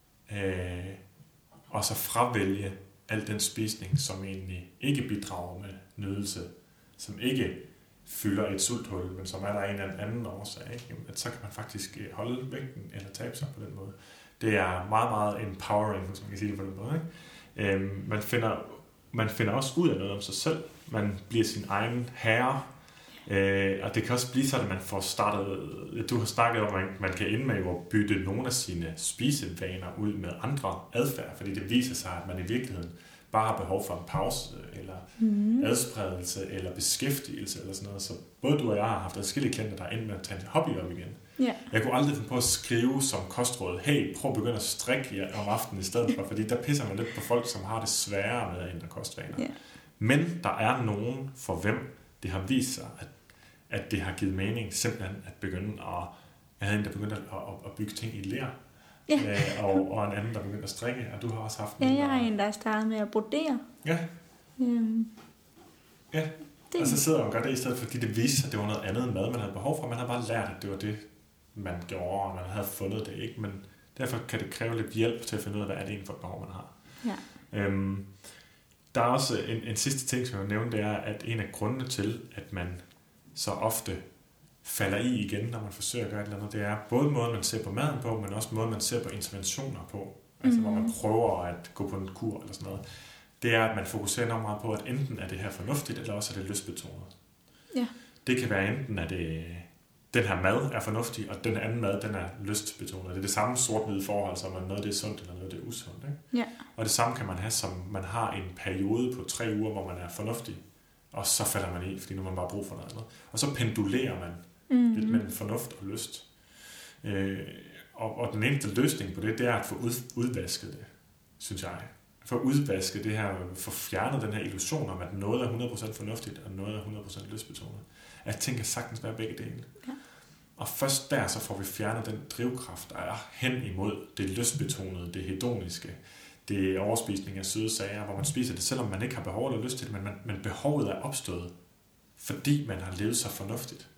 [SPEAKER 1] og så fravælge al den spisning, som egentlig ikke bidrager med nydelse, som ikke fylder et sulthul, men som er der en eller anden årsag, ikke? At så kan man faktisk holde vægten eller tabe sig på den måde. Det er meget, meget empowering, hvis man kan sige det på den måde. Ikke? Man finder også ud af noget om sig selv. Man bliver sin egen herre. Og det kan også blive sådan, at man får startet... Du har snakket om, at man kan ende med at bytte nogle af sine spisevaner ud med andre adfærd, fordi det viser sig, at man i virkeligheden bare har behov for en pause, eller adspredelse, eller beskæftigelse, eller sådan noget. Så både du og jeg har haft adskillige klienter, der er endt med at tage en hobby op igen.
[SPEAKER 2] Ja.
[SPEAKER 1] Jeg kunne aldrig finde på at skrive som kostråd, hey, prøv at begynde at strikke om aftenen i stedet for, fordi der pisser man lidt på folk, som har det sværere med at ændre kostvaner.
[SPEAKER 2] Ja.
[SPEAKER 1] Men der er nogen, for hvem det har vist sig, at det har givet mening simpelthen at begynde at... Jeg havde en, der begyndte at bygge ting i ler, og en anden, der begyndte at strikke, og du har også haft
[SPEAKER 2] en... Ja, jeg har en, der er startet med at brodere.
[SPEAKER 1] Ja. Ja, og så sidder man og gør det i stedet, fordi det viste sig, at det var noget andet end mad, man havde behov for. Man havde bare lært, at det var det, man gjorde, og man havde fundet det, ikke? Men derfor kan det kræve lidt hjælp til at finde ud af, hvad er det egentlig for et behov, man har. Ja. Der er også en sidste ting, som jeg nævnte, det er, at en af grundene til, at man så ofte falder i igen, når man forsøger at gøre et eller andet, det er både måden, man ser på maden på, men også måden, man ser på interventioner på. Altså, hvor man prøver at gå på en kur eller sådan noget. Det er, at man fokuserer enormt meget på, at enten er det her fornuftigt, eller også er det lystbetonet. Ja. Det kan være enten, at den her mad er fornuftig, og den anden mad, den er lystbetonet. Det er det samme sort-hvide forhold, som noget det er sundt, eller noget det er usundt. Ikke? Ja. Og det samme kan man have, som man har en periode på 3 uger, hvor man er fornuftig, og så falder man i, fordi nu har man bare brug for noget andet. Og så pendulerer man Lidt mellem fornuft og lyst. Og den eneste løsning på det er at få udvasket det, synes jeg. For at udvaske det her, få fjernet den her illusion om, at noget er 100% fornuftigt, og noget er 100% lystbetonet. At ting kan sagtens være begge dele. Ja. Og først der, så får vi fjernet den drivkraft, der er hen imod det lystbetonede, det hedoniske, det overspisning af søde sager, hvor man spiser det, selvom man ikke har behov eller lyst til det, men behovet er opstået, fordi man har levet så fornuftigt.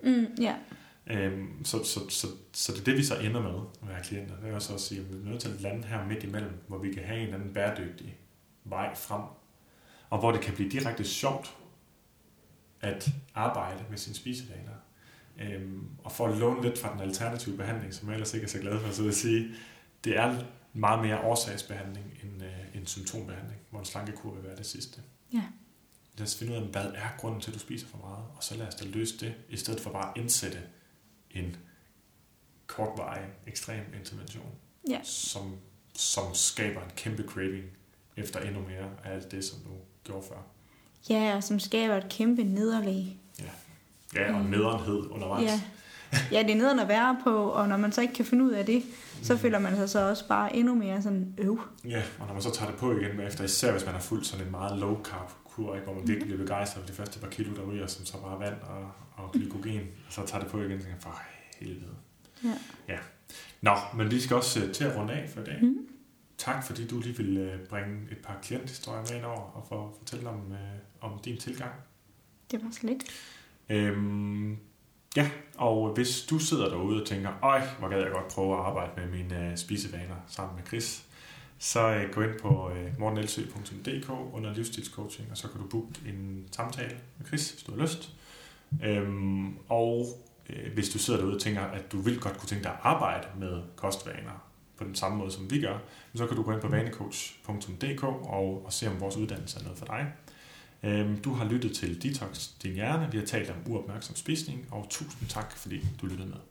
[SPEAKER 1] Så det er det, vi så ender med at være klienter. Det er også at sige, at vi er nødt til at lande her midt imellem, hvor vi kan have en eller anden bæredygtig vej frem, og hvor det kan blive direkte sjovt at arbejde med sine spisevaner. Og for at låne lidt fra den alternative behandling, som jeg ellers ikke er så glad for, så vil jeg sige, det er meget mere årsagsbehandling end symptombehandling, hvor en slankekur vil være det sidste.
[SPEAKER 2] Ja.
[SPEAKER 1] Lad os finde ud af, hvad er grunden til, at du spiser for meget, og så lad os da løse det, i stedet for bare at indsætte en kortvarig, ekstrem intervention, som skaber en kæmpe craving efter endnu mere af alt det, som du gjorde før.
[SPEAKER 2] Ja, og som skaber et kæmpe nederlag.
[SPEAKER 1] Ja, og nederenhed undervejs.
[SPEAKER 2] Ja, det er nederen at være på, og når man så ikke kan finde ud af det, så føler man sig så også bare endnu mere sådan
[SPEAKER 1] Ja, og når man så tager det på igen bagefter, især hvis man har fulgt sådan en meget low carb kur, hvor man virkelig bliver begejstret for de første par kilo, der ryger, som så bare vand og glykogen, og så tager det på igen, og tænker, for helvede. Ja. Nå, men vi skal også til at runde af for i dag. Tak, fordi du lige ville bringe et par klienthistorier med ind over, og fortælle om din tilgang.
[SPEAKER 2] Det var så lidt.
[SPEAKER 1] Ja, og hvis du sidder derude og tænker, hvor gad jeg godt prøve at arbejde med mine spisevaner sammen med Chris, så gå ind på mortenelsø.dk under livsstilscoaching, og så kan du booke en samtale med Chris, hvis du har lyst. Og hvis du sidder derude og tænker, at du vil godt kunne tænke dig at arbejde med kostvaner på den samme måde, som vi gør, så kan du gå ind på vanecoach.dk og se, om vores uddannelse er noget for dig. Du har lyttet til Detox Din Hjerne. Vi har talt om uopmærksom spisning, og tusind tak, fordi du lyttede med.